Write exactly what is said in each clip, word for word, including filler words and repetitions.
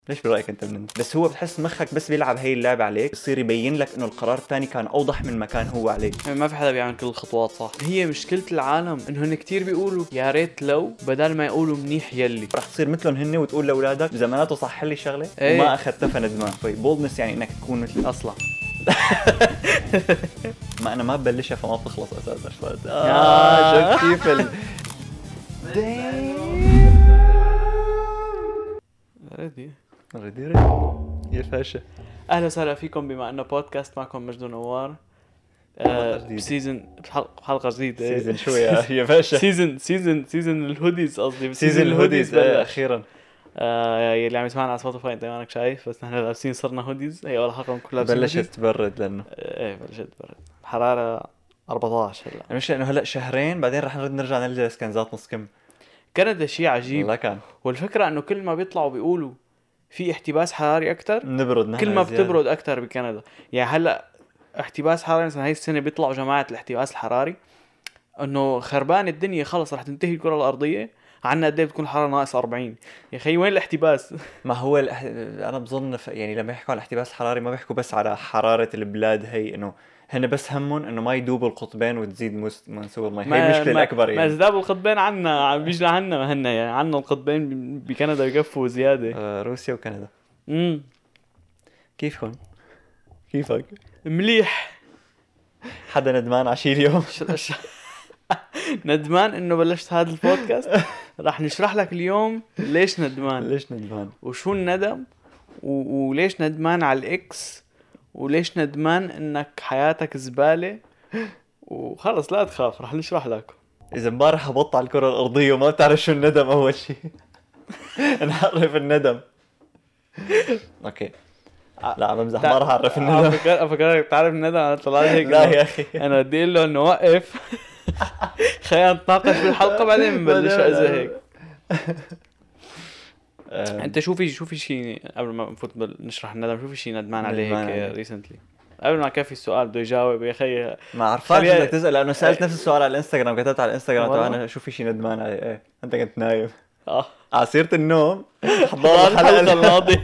ليش برأيك انت بنندم؟ بس هو بتحس مخك بس بيلعب هي اللعبة عليك، بصير يبين لك انه القرار الثاني كان اوضح من ما كان هو عليه. يعني ما في حدا بيعمل كل الخطوات صح. هي مشكلة العالم انه هن كتير بيقولوا يا ريت لو بدل ما يقولوا منيح يلي. رح تصير مثلهم هن وتقول لاولادك زماناته صح لي شغله ايه. وما اخذتها فندمان. طيب بولدنس يعني انك تكون مثل اصلا ما انا ما ببلشها فما بتخلص اساسا. شفت آه. اه شفت كيف ال ردي ردي يا فاشا. اهلا وسهلا فيكم بما انه بودكاست معكم مجد ونوار. حلقة آه جديدة. بسيزن بحلقة حلقة جديدة. سيزن شو يا يا باشا؟ سيزن سيزن سيزن الهوديز قصدي. سيزن الهوديز بلش. ايه اخيرا. آه يلي عم يسمعنا على سبوتيفاي انت مانك شايف بس نحن لابسين صرنا هوديز. هي اول حلقة كلها لابسين بلشت هوديز. تبرد لانه ايه بلشت برد. الحرارة أربعة عشر هلا. المشكلة انه هلا شهرين بعدين رح نرد نرجع نلبس كنزات نص كم. كندا شيء عجيب. والله كان والفكرة انه كل ما بيطلعوا بيقولوا في احتباس حراري اكتر نبرد نحن كل ما زيادة. بتبرد اكتر بكندا. يعني هلا احتباس حراري مثلا هاي السنة بيطلعوا جماعة الاحتباس الحراري انه خربان الدنيا خلص رح تنتهي الكرة الارضية. عنا قد ايه بتكون الحرارة ناقص أربعين. يا اخي وين الاحتباس؟ ما هو الأح... انا بظن ف... يعني لما يحكوا عن الاحتباس الحراري ما بيحكوا بس على حرارة البلاد، هي انه هن بس همهم انه ما يدوبوا القطبين وتزيد مس... منسوب المي. هي المشكلة الاكبر ما يعني. ازداد القطبين عنا عم بيجي لعنا ما هن يعني عنا القطبين بكندا بكفوا زيادة. آه روسيا وكندا. امم كيفكم؟ كيفك؟ مليح. حدا ندمان عشي اليوم؟ ش- ندمان انه بلشت هذا البودكاست. راح نشرح لك اليوم ليش ندمان ليش ندمان؟ وشو الندم و... وليش ندمان على الاكس وليش ندمان انك حياتك زبالة. وخلص لا تخاف رح نشرح لك. اذا امبارح هبطت على الكرة الارضية وما بتعرف شو الندم اول شيء نعرف الندم. اوكي لا عم بمزح، ما راح اعرف الندم. افكر افكرك تعرف الندم. انا طلع لي هيك لا إنه يا اخي انا بدي اقول له انه وقف خلينا نتناقش بالحلقة بعدين بنبلش اذا هيك. انت شو في شو في شيء قبل ما نفوت نشرح الندم شو في شيء ندمان عليه هيك ريسنتلي قبل ما كفي السؤال بده يجاوب يا اخي. ما عرفاش خليها- بدك تسأل لأنه سألت نفس السؤال على الانستغرام، كتبت على الانستغرام والله؟ تبعنا شو في شيء ندمان عليه. ايه انت كنت نايم اه على سيرة النوم. حضر الحلقة الماضية.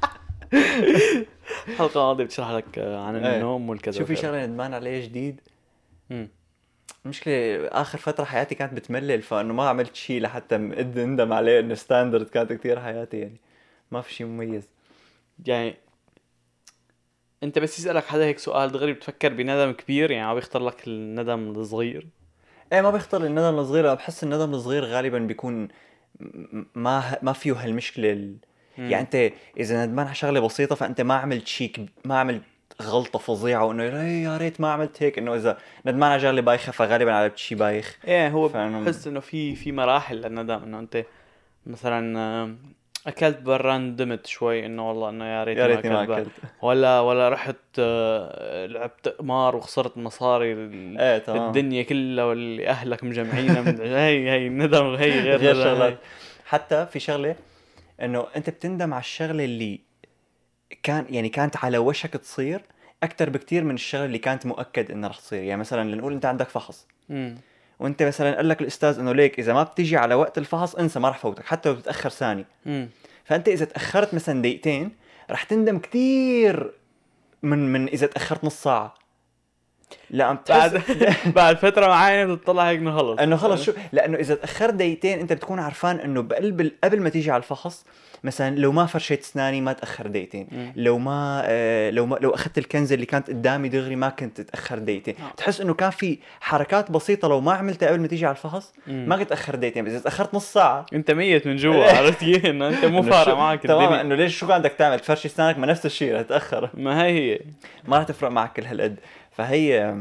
الحلقة الماضية بتشرح لك عن ايه. النوم والكذا. شو في وكذا. شغلة ندمان عليه جديد؟ مم. المشكلة آخر فترة حياتي كانت بتملل، فإنه ما عملت شيء لحتى مقد ندم عليه. إنه ستاندرد كانت كتير حياتي يعني ما في شيء مميز. يعني انت بس يسألك حدا هيك سؤال دغري بتفكر بندم كبير يعني عم بيختار لك الندم الصغير. ايه ما بيختار الندم الصغير. أنا بحس الندم الصغير غالبا بيكون م- ما ما فيه هالمشكلة ال... مم. يعني انت اذا ندمان على شغله بسيطه فانت ما عملت شيء كب... ما عملت غلطه فظيعه وانه إيه يا ريت ما عملت هيك. انه اذا ندمان على شغله بايخه فغالبا عملت شيء بايخ. ايه هو فأنا- بحس انه في في مراحل للندم. انه انت مثلا آه، اكلت برا ندمت شوي انه والله انه يا ريتني يا ما ريتني ما اكلت برا. اكلت. ولا ولا رحت آه، لعبت قمار وخسرت مصاري ال- ايه تمام. الدنيا كلها واللي اهلك مجمعينها من هي هي الندم هي غير غير ندم شغلات. هي. حتى في شغله انه انت بتندم على الشغله اللي كان يعني كانت على وشك تصير اكثر بكتير من الشغله اللي كانت مؤكد انها رح تصير. يعني مثلا لنقول انت عندك فحص مم. وانت مثلا قال لك الاستاذ انه ليك اذا ما بتيجي على وقت الفحص انسى ما رح فوتك حتى لو بتتاخر ثانيه. مم. فانت اذا تاخرت مثلا دقيقتين رح تندم كتير من من اذا تاخرت نص ساعه. لا عم بعد تحس بعد فترة معينة بتطلع هيك انه خلص انه خلص شو. لانه اذا تاخرت دقيقتين انت بتكون عارفان انه بقلب قبل ما تيجي على الفحص مثلا لو ما فرشيت اسناني ما تاخر دقيقتين. مم. لو ما آه لو ما لو اخذت الكنزه اللي كانت قدامي دغري ما كنت تاخر دقيقتين. آه. تحس انه كان في حركات بسيطه لو ما عملتها قبل ما تيجي على الفحص مم. ما كنت تاخر دقيقتين. بس اذا تاخرت نص ساعه انت ميت من جوا عرفت كيف انه انت مو إنه فارق شو- معك تماما الدنيا. انه ليش شو كان بدك تعمل تفرشي اسنانك ما نفس الشيء رح تاخر ما هي هي ما رح تفرق معك كل هالقد. فهي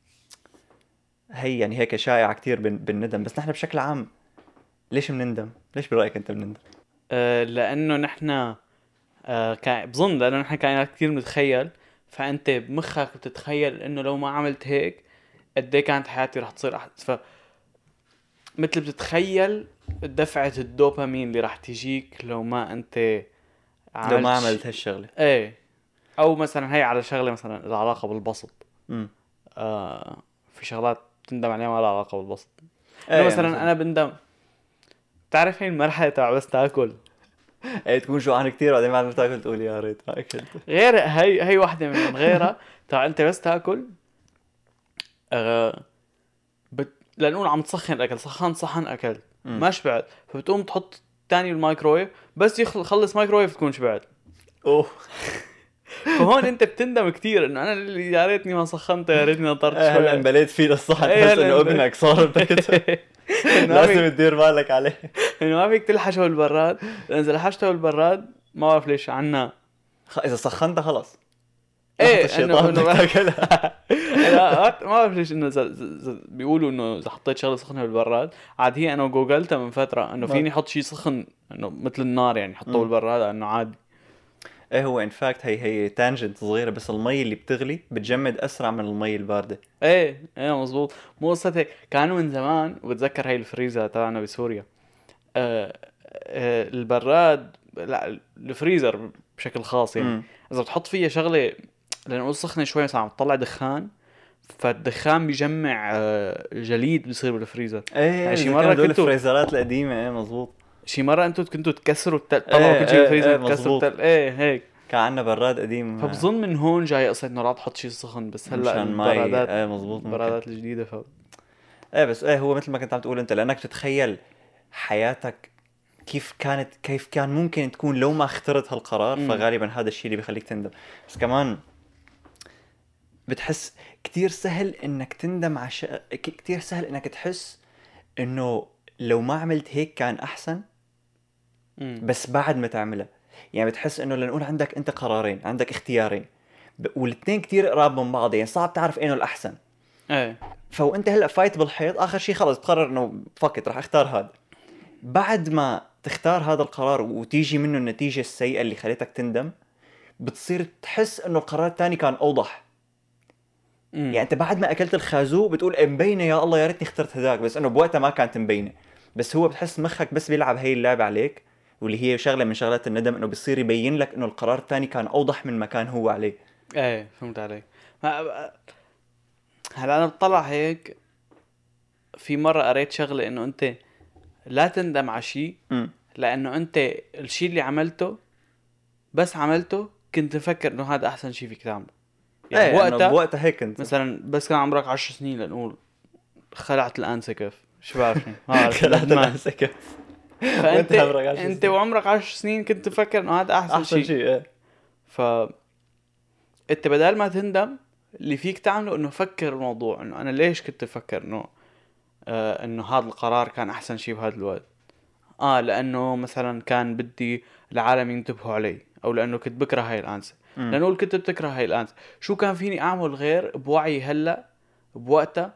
هي يعني هيك شائعه كتير بال- بالندم. بس نحن بشكل عام ليش بنندم؟ ليش برايك انت بنندم؟ آه، لانه نحن آه كان بظن لانه نحن كائنات كثير متخيل. فانت بمخك بتتخيل انه لو ما عملت هيك قد ايه كانت حياتي رح تصير احسن. ف مثل بتتخيل دفعة الدوبامين اللي رح تجيك لو ما انت عملت لو ما ش- عملت هالشغله. ايه. او مثلا هي على شغله مثلا لها علاقه بالبسط. امم آه في شغلات تندم عليها ما لها علاقه بالبسط. إيه إنه مثلا انا بندم. تعرف هي المرحله تبع بس تاكل ايه تكون جوعان كتير بعدين بعد ما تاكل تقول يا ريت ما اكلت. غير هي هي واحدة من غيرها. تبع انت بس تاكل آه بت... لنقول عم تسخن الاكل، سخن صحن اكل مم. ما شبعت، فبتقوم تحط تاني بالمايكرويف، بس يخلص مايكرويف تكون شبعت. اوه. فهون انت بتندم كتير انه انا اللي يا ريتني ما سخنته، يا ريتني نطرت آه، هلا شوي. انبليت فيه للصحن، إيه تحس هلا انه انبليت. ابنك صار بكتر. انه ما لازم فيك تدير بالك عليه. انه ما فيك تلحشه بالبراد، لان اذا لحشته بالبراد ما بعرف ليش عنا. خ- اذا سخنتها خلص ايه لحظة الشيطان انه بدك انه تاكلها. أنا ما بعرف ليش انه ز- ز- ز- بيقولوا انه اذا حطيت شغله سخنه بالبراد، عاد هي انا جوجلتها من فتره انه ما- فيني احط شيء سخن انه مثل النار يعني حطه مم. بالبراد انه عادي. ايه هو ان فاكت هي هي تانجنت صغيره، بس المي اللي بتغلي بتجمد اسرع من المي البارده. ايه ايه مزبوط. مو قصة هيك، كانوا من زمان وبتذكر هاي الفريزر تبعنا بسوريا. آه آه البراد، لا الفريزر بشكل خاص يعني، امم اذا بتحط فيها شغله لنقول سخنه شوي مثلا عم تطلع دخان، فالدخان بيجمع آه جليد بيصير بالفريزر. ايه يعني شي اذا مره كانوا دول كنتوا الفريزرات القديمه. ايه مزبوط. شي مره انتوا كنتوا تكسروا التل... طلعوا ايه كل شيء ايه بالفريزر ايه تكسروا مزبوط. التل... ايه هيك. كان عندنا براد قديم آه، فبظن من هون جاي قصة انه لا تحط شيء سخن، بس هلا مشان ماي. البرادات ايه مزبوط ممكن. البرادات الجديده ف ايه بس ايه هو مثل ما كنت عم تقول انت، لانك تتخيل حياتك كيف كانت، كيف كان ممكن تكون لو ما اخترت هالقرار، مم. فغالبا هذا الشيء اللي بيخليك تندم. بس كمان بتحس كتير سهل انك تندم عش... ك- كتير سهل انك تحس انه لو ما عملت هيك كان احسن، مم. بس بعد ما تعملها. يعني بتحس انه لنقول عندك انت قرارين، عندك اختيارين، ب... والاثنين كتير قراب من بعض، يعني صعب تعرف اينه الاحسن. ايه فوانت هلا فايت بالحيط، اخر شيء خلص تقرر انه فكت رح اختار هذا. بعد ما تختار هذا القرار وتيجي منه النتيجة السيئة اللي خليتك تندم، بتصير تحس انه القرار الثاني كان اوضح. مم. يعني انت بعد ما اكلت الخازوق بتقول إيه مبينه يا الله يا ريتني اخترت هذاك، بس انه بوقتها ما كانت مبينه. بس هو بتحس مخك بس بيلعب هي اللعبه عليك، واللي هي شغله من شغلات الندم، انه بيصير يبين لك انه القرار الثاني كان اوضح من ما كان هو عليه. ايه فهمت عليك. ما- هلا انا بطلع هيك، في مرة قريت شغلة انه انت لا تندم على شيء، امم لانه انت الشيء اللي عملته بس عملته كنت مفكر انه هذا احسن شيء فيك تعمله. يعني ايه انه بوقتها بوقتها هيك انت مثلا بس كان عمرك عشر سنين لنقول، خلعت الانسة كيف شو بعرف شو ما بعرف خلعت ندمان. نفسك. فانت وانت عمرك عشر انت سنين. وعمرك عشر سنين كنت تفكر انه هذا احسن, احسن شيء. شيء ايه. ف انت بدل ما تندم، اللي فيك تعمله انه فكر الموضوع انه انا ليش كنت افكر انه آه انه هذا القرار كان احسن شيء بهذا الوقت. اه لانه مثلا كان بدي العالم ينتبهوا علي، او لانه كنت بكره هاي الانسة. مم. لانه كنت بتكره هاي الانسة، شو كان فيني اعمل غير بوعي هلا بوقتها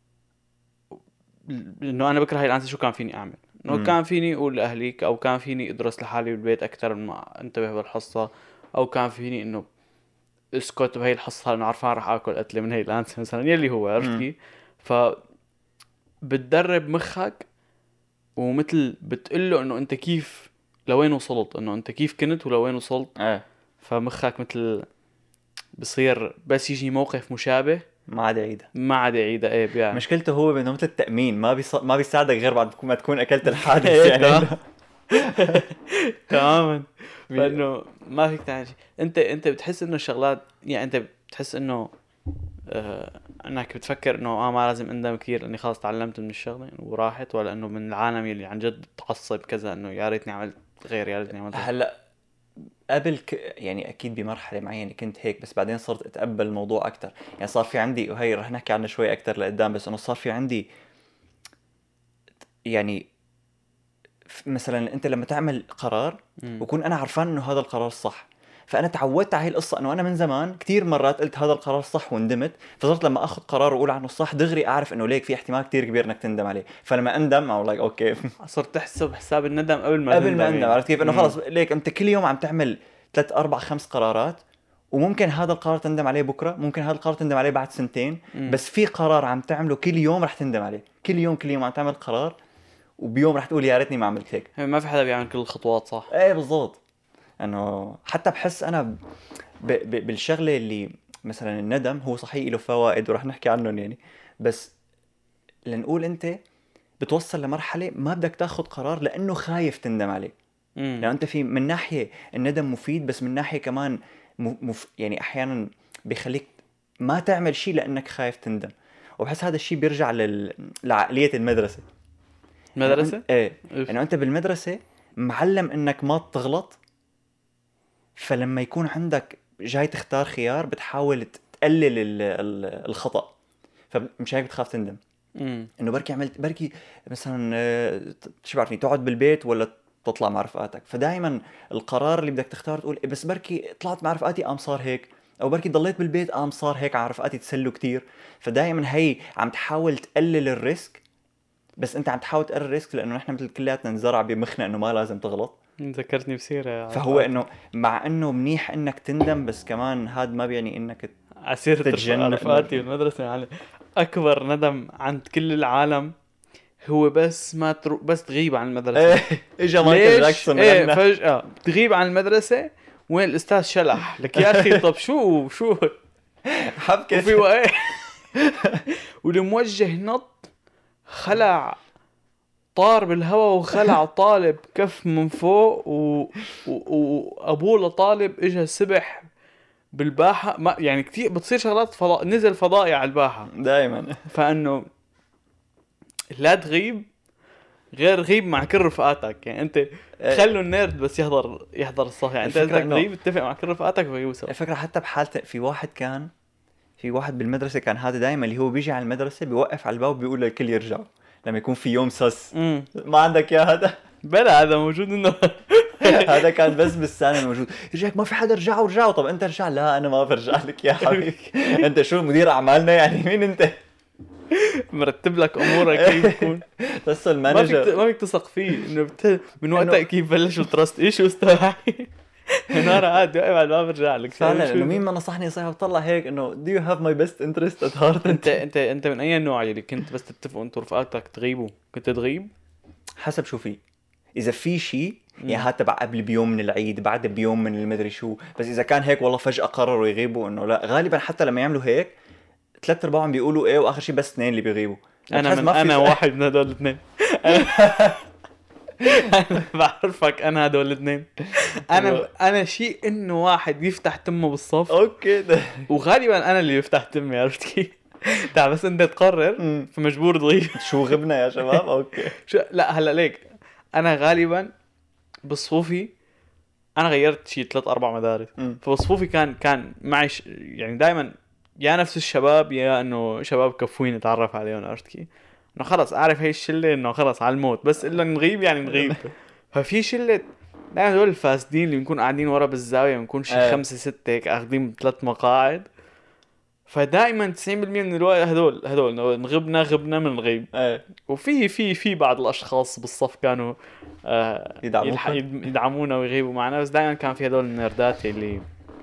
انه انا بكره هاي الانسة؟ شو كان فيني اعمل؟ انه مم. كان فيني اقول لاهليك، او كان فيني ادرس لحالي بالبيت اكثر ما انتبه بالحصة، او كان فيني انه اسكت بهي الحصة لانه عرفان راح اكل قتلة من هي الانسة مثلا، يلي هو عرفت مم. كيف. ف بتدرب مخك، ومثل بتقله انه انت كيف لوين وصلت، انه انت كيف كنت ولوين وصلت. ايه فمخك مثل بصير بس يجي موقف مشابه ما عاد عيدها. ما عاد يعيده. ايه بيعني مشكلته هو بانه مثل التأمين، ما بيص... ما بيساعدك غير بعد ما تكون اكلت الحادث إيه، يعني تمام. إنه- تماما. بي- فانه ما فيك تعمل شيء. انت انت بتحس انه الشغلات، يعني انت بتحس انه آه انك بتفكر انه اه ما لازم اندم كثير لاني خلاص تعلمت من الشغله وراحت، ولا انه من العالم اللي عن جد بتعصب كذا انه يا ريتني عملت غير، يا ريتني عملت غير. هلا قبل ك... يعني اكيد بمرحله معينه كنت هيك، بس بعدين صرت اتقبل الموضوع اكثر. يعني صار في عندي، وهي رح نحكي عنها شوي اكثر لقدام، بس انه صار في عندي يعني ف- مثلا انت لما تعمل قرار مم. وكون انا عرفان انه هذا القرار الصح، فانا تعودت على هي القصه، انه انا من زمان كتير مرات قلت هذا القرار صح وندمت، فصرت لما اخذ قرار واقول عنه صح دغري اعرف انه ليك في احتمال كتير كبير انك تندم عليه. فلما اندم او لايك اوكي صرت تحسب حساب الندم قبل ما قبل تندم ما اندم، يعني. عرفت كيف؟ انه مم. خلص ليك انت كل يوم عم تعمل ثلاث اربع خمس قرارات، وممكن هذا القرار تندم عليه بكره، ممكن هذا القرار تندم عليه بعد سنتين، مم. بس في قرار عم تعمله كل يوم رح تندم عليه. كل يوم كل يوم عم تعمل قرار، وبيوم رح تقول يا ريتني ما عملت هيك. يعني ما في حدا بيعمل كل الخطوات صح. ايه بالضبط. انه حتى بحس انا ب... ب... بالشغله اللي مثلا الندم هو صحيح له فوائد ورح نحكي عنهم يعني، بس لنقول انت بتوصل لمرحله ما بدك تاخذ قرار لانه خايف تندم عليه. مم. لأن انت في من ناحيه الندم مفيد، بس من ناحيه كمان مف يعني احيانا بيخليك ما تعمل شيء لانك خايف تندم. وبحس هذا الشيء بيرجع لل... لعقليه المدرسه. مدرسة؟ يعني ايه إف. انه انت بالمدرسه معلم انك ما تغلط، فلما يكون عندك جاي تختار خيار بتحاول تقلل ال... ال... الخطا، فمش هيك بتخاف تندم. مم. انه بركي عملت بركي مثلا آه، شو بعرفني تقعد بالبيت ولا تطلع مع رفقاتك، فدائما القرار اللي بدك تختار تقول إيه بس بركي طلعت مع رفقاتي قام صار هيك، او بركي ضليت بالبيت قام صار هيك، على رفقاتي تسلوا كتير. فدائما هي عم تحاول تقلل الريسك، بس انت عم تحاول تقلل الريسك لانه نحن مثل كلياتنا انزرع بمخنا انه ما لازم تغلط. ذكرتني بسيرة فهو انه مع انه منيح انك تندم، بس كمان هذا ما بيعني انك عسيرة تتجنن. رفقاتي بالمدرسة يعني أكبر ندم عند كل العالم هو بس ما ترو... بس تغيب عن المدرسة. ايه اجا مايكل جاكسون ايه غنى. فجأة تغيب عن المدرسة، وين الأستاذ شلح لك يا أخي؟ طب شو شو حبكة وفي وقت والموجه نط خلع طار بالهواء وخلع طالب كف من فوق و... و... وأبوه لطالب إجا سبح بالباحة. ما يعني كتير بتصير شغلات فضاء، نزل فضائي على الباحة. دائما فانه لا تغيب، غير غيب مع كل رفقاتك. يعني انت خلوا النيرد بس يحضر يحضر الصف، يعني انت الفكرة بدك إنه- تغيب اتفق مع كل رفقاتك ويوصل. الفكرة حتى بحالة في واحد كان في واحد بالمدرسة كان هذا دائما اللي هو بيجي على المدرسة بيوقف على الباب بيقول للكل يرجعوا لما يكون في يوم سس. امم ما عندك يا هذا؟ بلا هذا موجود انه هذا كان بس بالسنة موجود، يرجعك ما في حدا رجعوا رجعوا. طب انت رجع؟ لا انا ما برجع لك يا حبيبي. انت شو مدير اعمالنا يعني؟ مين انت؟ مرتب لك امورك كيف تكون. بس ما فيك المانجر ما فيك تثق فيه انه بت... من وقتها كيف بلشوا تراست ايشوز تبعي. انا قاعد واقف على الباب برجع لك فعلا انه مين ما نصحني نصيحة بطلع هيك انه do you have my best interest at heart. انت انت انت من اي نوع اللي كنت بس تتفقوا انتوا رفقاتك تغيبوا كنت تغيب؟ حسب شو في. اذا في شيء يعني هات تبع قبل بيوم من العيد بعد بيوم من المدري شو، بس اذا كان هيك والله فجأة قرروا يغيبوا انه لا، غالبا حتى لما يعملوا هيك ثلاث ارباعهم بيقولوا ايه واخر شيء بس اثنين اللي بيغيبوا. انا من انا واحد من هدول الاثنين. انا بعرفك انا هدول الاثنين. انا انا شيء انه واحد يفتح تمه بالصف اوكي ده. وغالبا انا اللي يفتح تمي، عرفت كيف؟ تعال بس انت تقرر فمجبور تغيب. شو غبنا يا شباب. اوكي شو لا هلا ليك انا غالبا بصفوفي انا غيرت شيء ثلاث اربع مدارس، فبصفوفي كان كان معي ش... يعني دائما يا نفس الشباب يا انه شباب كفوين اتعرف عليهم، عرفت كيف؟ انه خلص اعرف هي الشله انه خلص على الموت، بس الا نغيب يعني نغيب. ففي شله دائما هدول الفاسدين اللي بنكون قاعدين ورا بالزاويه، بنكون شي آه. خمسة ستة هيك اخذين ثلاث مقاعد، فدائما تسعين بالمية من الوقت هدول هدول نغبنا غبنا من الغيب. ايه وفي في في بعض الاشخاص بالصف كانوا آه يدعموك. يلح- يدعمونا ويغيبوا معنا، بس دائما كان في هدول النردات اللي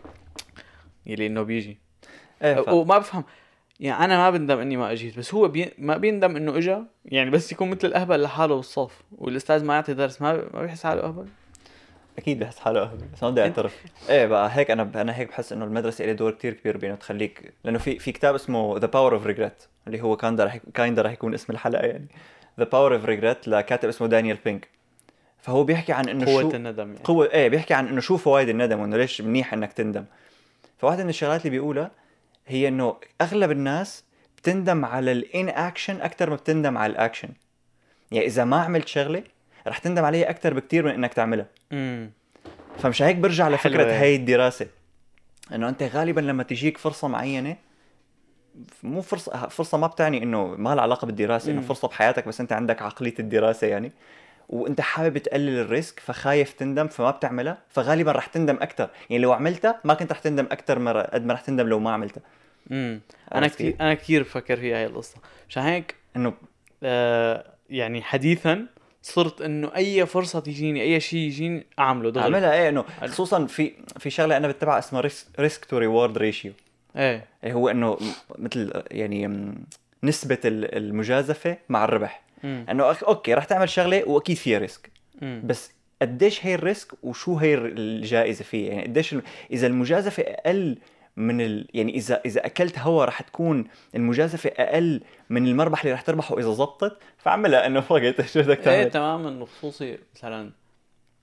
اللي انه بيجي. ايه ف... وما بفهم يعني انا ما بندم اني ما اجيت، بس هو بي... ما بيندم انه اجا يعني، بس يكون مثل الاهبل لحاله بالصف والاستاذ ما يعطي درس ما ما بيحس حاله اهبل. اكيد بحس حاله اهبل بس ما بدي اعترف. ايه بقى هيك انا انا هيك بحس انه المدرسه لها دور كتير كبير بانه تخليك، لانه في في كتاب اسمه ذا باور اوف ريجريت اللي هو كان رح كايندا رح يكون اسم الحلقه يعني. ذا باور اوف ريجريت لكاتب اسمه دانيال بينك. فهو بيحكي عن انه قوة شو الندم يعني. قوه ايه بيحكي عن انه شو فوائد الندم وانه ليش منيح انك تندم. فواحده من الشغلات اللي بيقولها هي انه اغلب الناس بتندم على الان اكشن اكثر ما بتندم على الاكشن. يعني اذا ما عملت شغله رح تندم عليها اكثر بكتير من انك تعملها. امم فمش هيك برجع لفكره حلوة. هاي الدراسه انه انت غالبا لما تجيك فرصه معينه، مو فرصه فرصه ما بتعني انه ما لها علاقه بالدراسه، انه مم. فرصه بحياتك بس انت عندك عقليه الدراسه يعني، وانت حابب تقلل الريسك فخايف تندم فما بتعملها، فغالبا رح تندم اكثر. يعني لو عملتها ما كنت رح تندم اكثر مره قد ما رح تندم لو ما عملتها. امم انا عرفت كثير كيف؟ انا كثير بفكر فيها هاي القصه، عشان هيك انه آه يعني حديثا صرت انه اي فرصه تجيني اي شيء يجيني اعمله دغري. اعملها. ايه انه خصوصا في في شغله انا بتبعها اسمها ريسك تو ريورد ريشيو. ايه إيه هو انه مثل يعني م- نسبه ال- المجازفه مع الربح. امم انه أخ- اوكي رح تعمل شغله واكيد فيها ريسك، امم بس قديش هي الريسك وشو هي الجائزه فيه. يعني قديش الم... اذا المجازفه اقل من ال... يعني اذا اذا اكلت هوا رح تكون المجازفه اقل من المربح اللي رح تربحه اذا زبطت، فعملها انه فقط شو بدك ايه تعمل. تماما. وخصوصي مثلا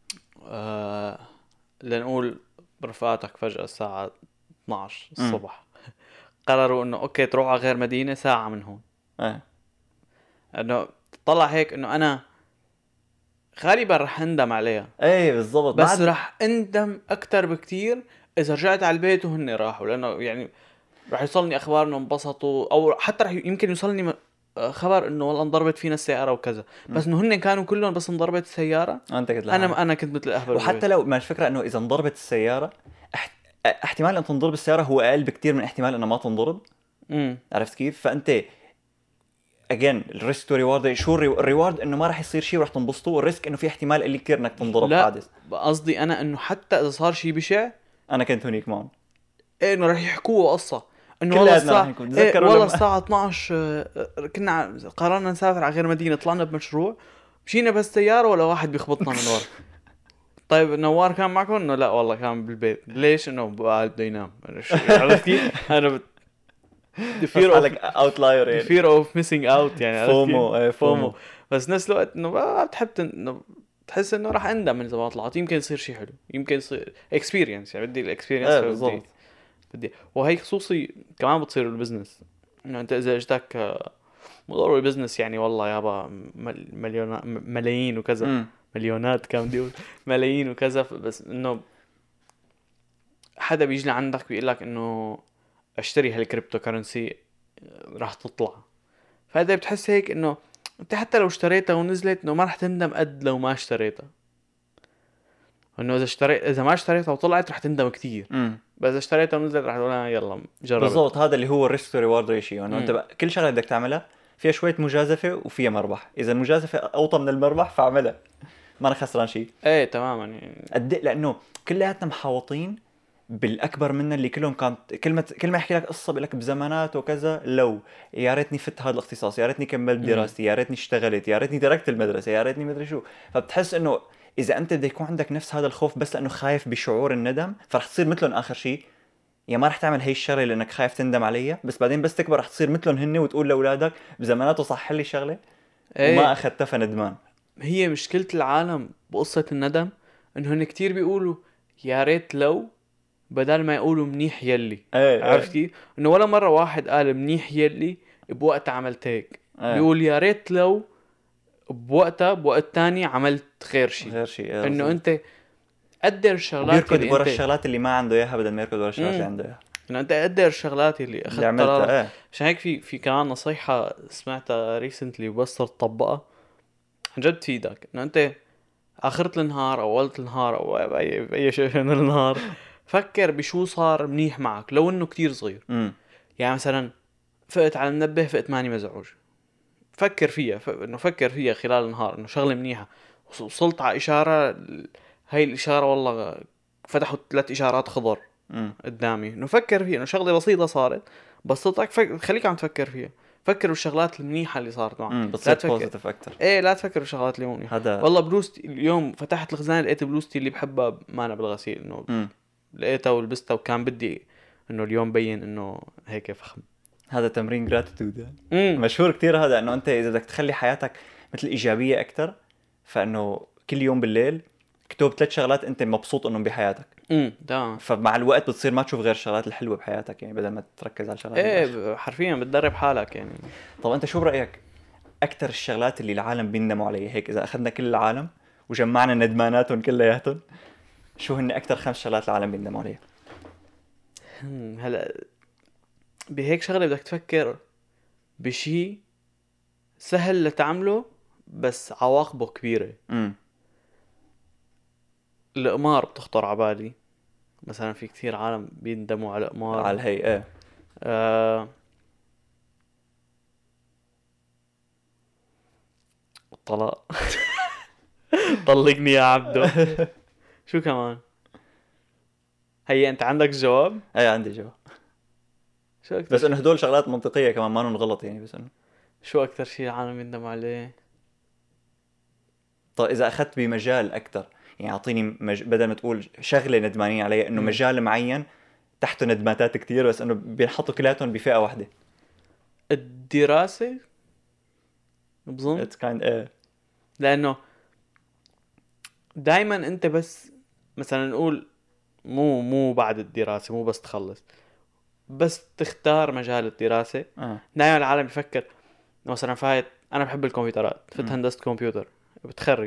آه لنقول رفقاتك فجأة الساعة اثنعش الصبح قرروا انه اوكي تروح على غير مدينة ساعة من هون، ايه انه طلع هيك انه انا غالبا رح اندم عليها، ايه بالضبط. بس بعد رح اندم اكتر بكتير اذا رجعت على البيت وهن راحوا، لانه يعني رح يوصلني اخبار انه انبسطوا، او حتى رح يمكن يوصلني م- خبر انه والله انضربت فينا السيارة وكذا، بس انه هن كانوا كلهم بس انضربت السيارة. انت كنت لحالك. انا انا كنت مثل الاهبل وحتى بالبيت. لو ما الفكره انه اذا انضربت السياره احت... احتمال ان تنضرب السياره هو اقل بكتير من احتمال انها ما تنضرب. امم عرفت كيف؟ فانت اجين الريسك تو ريورد، شو الري- الريورد انه ما راح يصير شيء وراح تنبسطوا، والريسك انه في احتمال اللي كثير انك تنضرب لا حادث. قصدي انا انه حتى اذا صار شيء بشع، انا كنت هنيك معهم ايه انه رح يحكوا قصة انه والله كلياتنا راح الساعة نكون إيه تذكروا والله لما الساعة اثنعش آه، كنا ع- قررنا نسافر على غير مدينة، طلعنا بمشروع مشينا بس سيارة ولا واحد بيخبطنا من ورا. طيب نوار كان معكم؟ انه لا والله كان بالبيت. ليش؟ انه بقى بده ينام. أنا شو- عرفت كيف؟ انا بت... the بس fear of حالك اوتلاير the يعني. fear of missing out يعني. عرفت فومو كيف؟ ايه فومو. فومو. بس نفس الوقت انه ما بتحب تن... انه تحس انه راح اندم من اذا ما طلعت، يمكن يصير شيء حلو، يمكن يصير اكسبيرينس، يعني بدي الاكسبيرينس، ايه فبدي بالضبط. بدي وهي خصوصي كمان بتصير بالبزنس، انه انت اذا اجتك آه، مو ضروري بزنس يعني والله يابا مل- مليون ملايين وكذا، امم مليونات كم بدي اقول ملايين وكذا، ف- بس انه حدا بيجي لعندك بيقول لك انه اشتري هالكريبتو كرنسي راح تطلع، فهذا بتحس هيك انه انت حتى لو اشتريتها ونزلت انه ما راح تندم قد لو ما اشتريتها، انه اذا اشتريت اذا ما اشتريتها وطلعت راح تندم كتير، امم بس اذا اشتريتها ونزلت راح تقول آه يلا جربت. بالضبط. هذا اللي هو الريسك تو ريورد ريشيو، انه انت امم بقى كل شغله بدك تعملها فيها شويه مجازفه وفيها مربح. اذا المجازفه اوطى من المربح فاعملها، ما انا خسران شيء. ايه تماما يعني. قد إيه؟ لانه كلياتنا محاوطين بالاكبر منا اللي كلهم كانت كلمه كل ما يحكي لك قصه بيقول لك بزمانات وكذا، لو يا ريتني فت هذا الاختصاص، يا ريتني كملت امم دراستي، يا ريتني اشتغلت، يا ريتني تركت المدرسه، يا ريتني مدري شو. فبتحس انه اذا انت بده يكون عندك نفس هذا الخوف بس لانه خايف بشعور الندم، فرح تصير مثلهم اخر شيء. يا ما رح تعمل هي الشغله لانك خايف تندم عليها، بس بعدين بس تكبر رح تصير مثلهم هن وتقول لاولادك بزماناته صح لي شغله وما ايه اخذتها فندمان. هي مشكلة العالم بقصة الندم انه هن كتير بيقولوا يا ريت لو، بدل ما يقولوا منيح يلي. ايه عرفت ايه كيف؟ انه ولا مرة واحد قال منيح يلي بوقت عملت هيك، ايه بيقول يا ريت لو بوقتها بوقت تاني عملت غير شيء. غير شيء. ايه انه بالضبط. انت قدر الشغلات وبيركض اللي ورا انت الشغلات اللي ما عنده اياها بدل ما يركض ورا الشغلات اللي امم عنده اياها انه انت قدر الشغلات اللي اللي اخذت قرارك. عملتها. ايه عشان هيك في في كمان نصيحة سمعتها ريسنتلي وبس تطبقها عن جد تفيدك، انه انت اخرة النهار او اولة النهار او باي باي شيء من النهار فكر بشو صار منيح معك لو انه كتير صغير. امم يعني مثلا فقت على المنبه فقت ماني مزعوج، فكر فيها ف... انه فكر فيها خلال النهار انه شغله منيحه، وص- وصلت على اشاره، هاي الاشاره والله فتحوا ثلاث اشارات خضر امم قدامي، انه فكر فيها انه شغله بسيطه صارت بسطتك، فك... خليك عم تفكر فيها، فكر بالشغلات المنيحه اللي صارت معك. امم لا بتصير تفكر بوزيتيف اكثر. ايه لا تفكر بالشغلات اللي مو منيحه. هذا والله بلوزتي اليوم فتحت الخزانه لقيت بلوزتي اللي بحبها ما انا بالغسيل، انه امم لقيتها ولبستها وكان بدي انه اليوم بين انه هيك فخم. هذا تمرين جراتيتود امم مشهور كتير. هذا انه انت اذا بدك تخلي حياتك مثل ايجابيه اكثر، فانه كل يوم بالليل اكتب ثلاث شغلات انت مبسوط انهم بحياتك، امم تمام. فمع الوقت بتصير ما تشوف غير الشغلات الحلوه بحياتك، يعني بدل ما تركز على الشغلات اللي بالآخر. ايه حرفيا بتدرب حالك يعني. طب انت شو برايك اكثر الشغلات اللي العالم بيندموا عليها؟ هيك اذا اخذنا كل العالم وجمعنا ندماناتهم كلياتهم، شو هن اكثر خمس شغلات العالم بيندموا عليها؟ هم، هلا بهيك شغله بدك تفكر بشي سهل لتعمله بس عواقبه كبيره. امم القمار بتخطر على بالي، مثلا في كثير عالم بيندموا على القمار. على هي ايه آه... الطلاق. طلقني يا عبدو. شو كمان؟ هي انت عندك جواب؟ ايه عندي جواب، شو اكثر بس انه هدول شغلات منطقيه كمان ما نون غلط يعني، بس انه شو اكثر شيء العالم يندموا عليه؟ طيب اذا اخذت بمجال اكثر، يعني اعطيني مج... بدل ما تقول شغله ندمانين عليها، انه مم. مجال معين تحته ندماتات كتير بس انه بينحطوا كلياتهم بفئه واحده. الدراسه بظن، اتس كايند ايه لانه دايما انت بس مثلا نقول مو مو بعد الدراسة، مو بس تخلص، بس تختار مجال الدراسة. اه دايما العالم يفكر مثلا فايت انا بحب الكمبيوترات، فت مم. هندسة كمبيوتر بتخرج.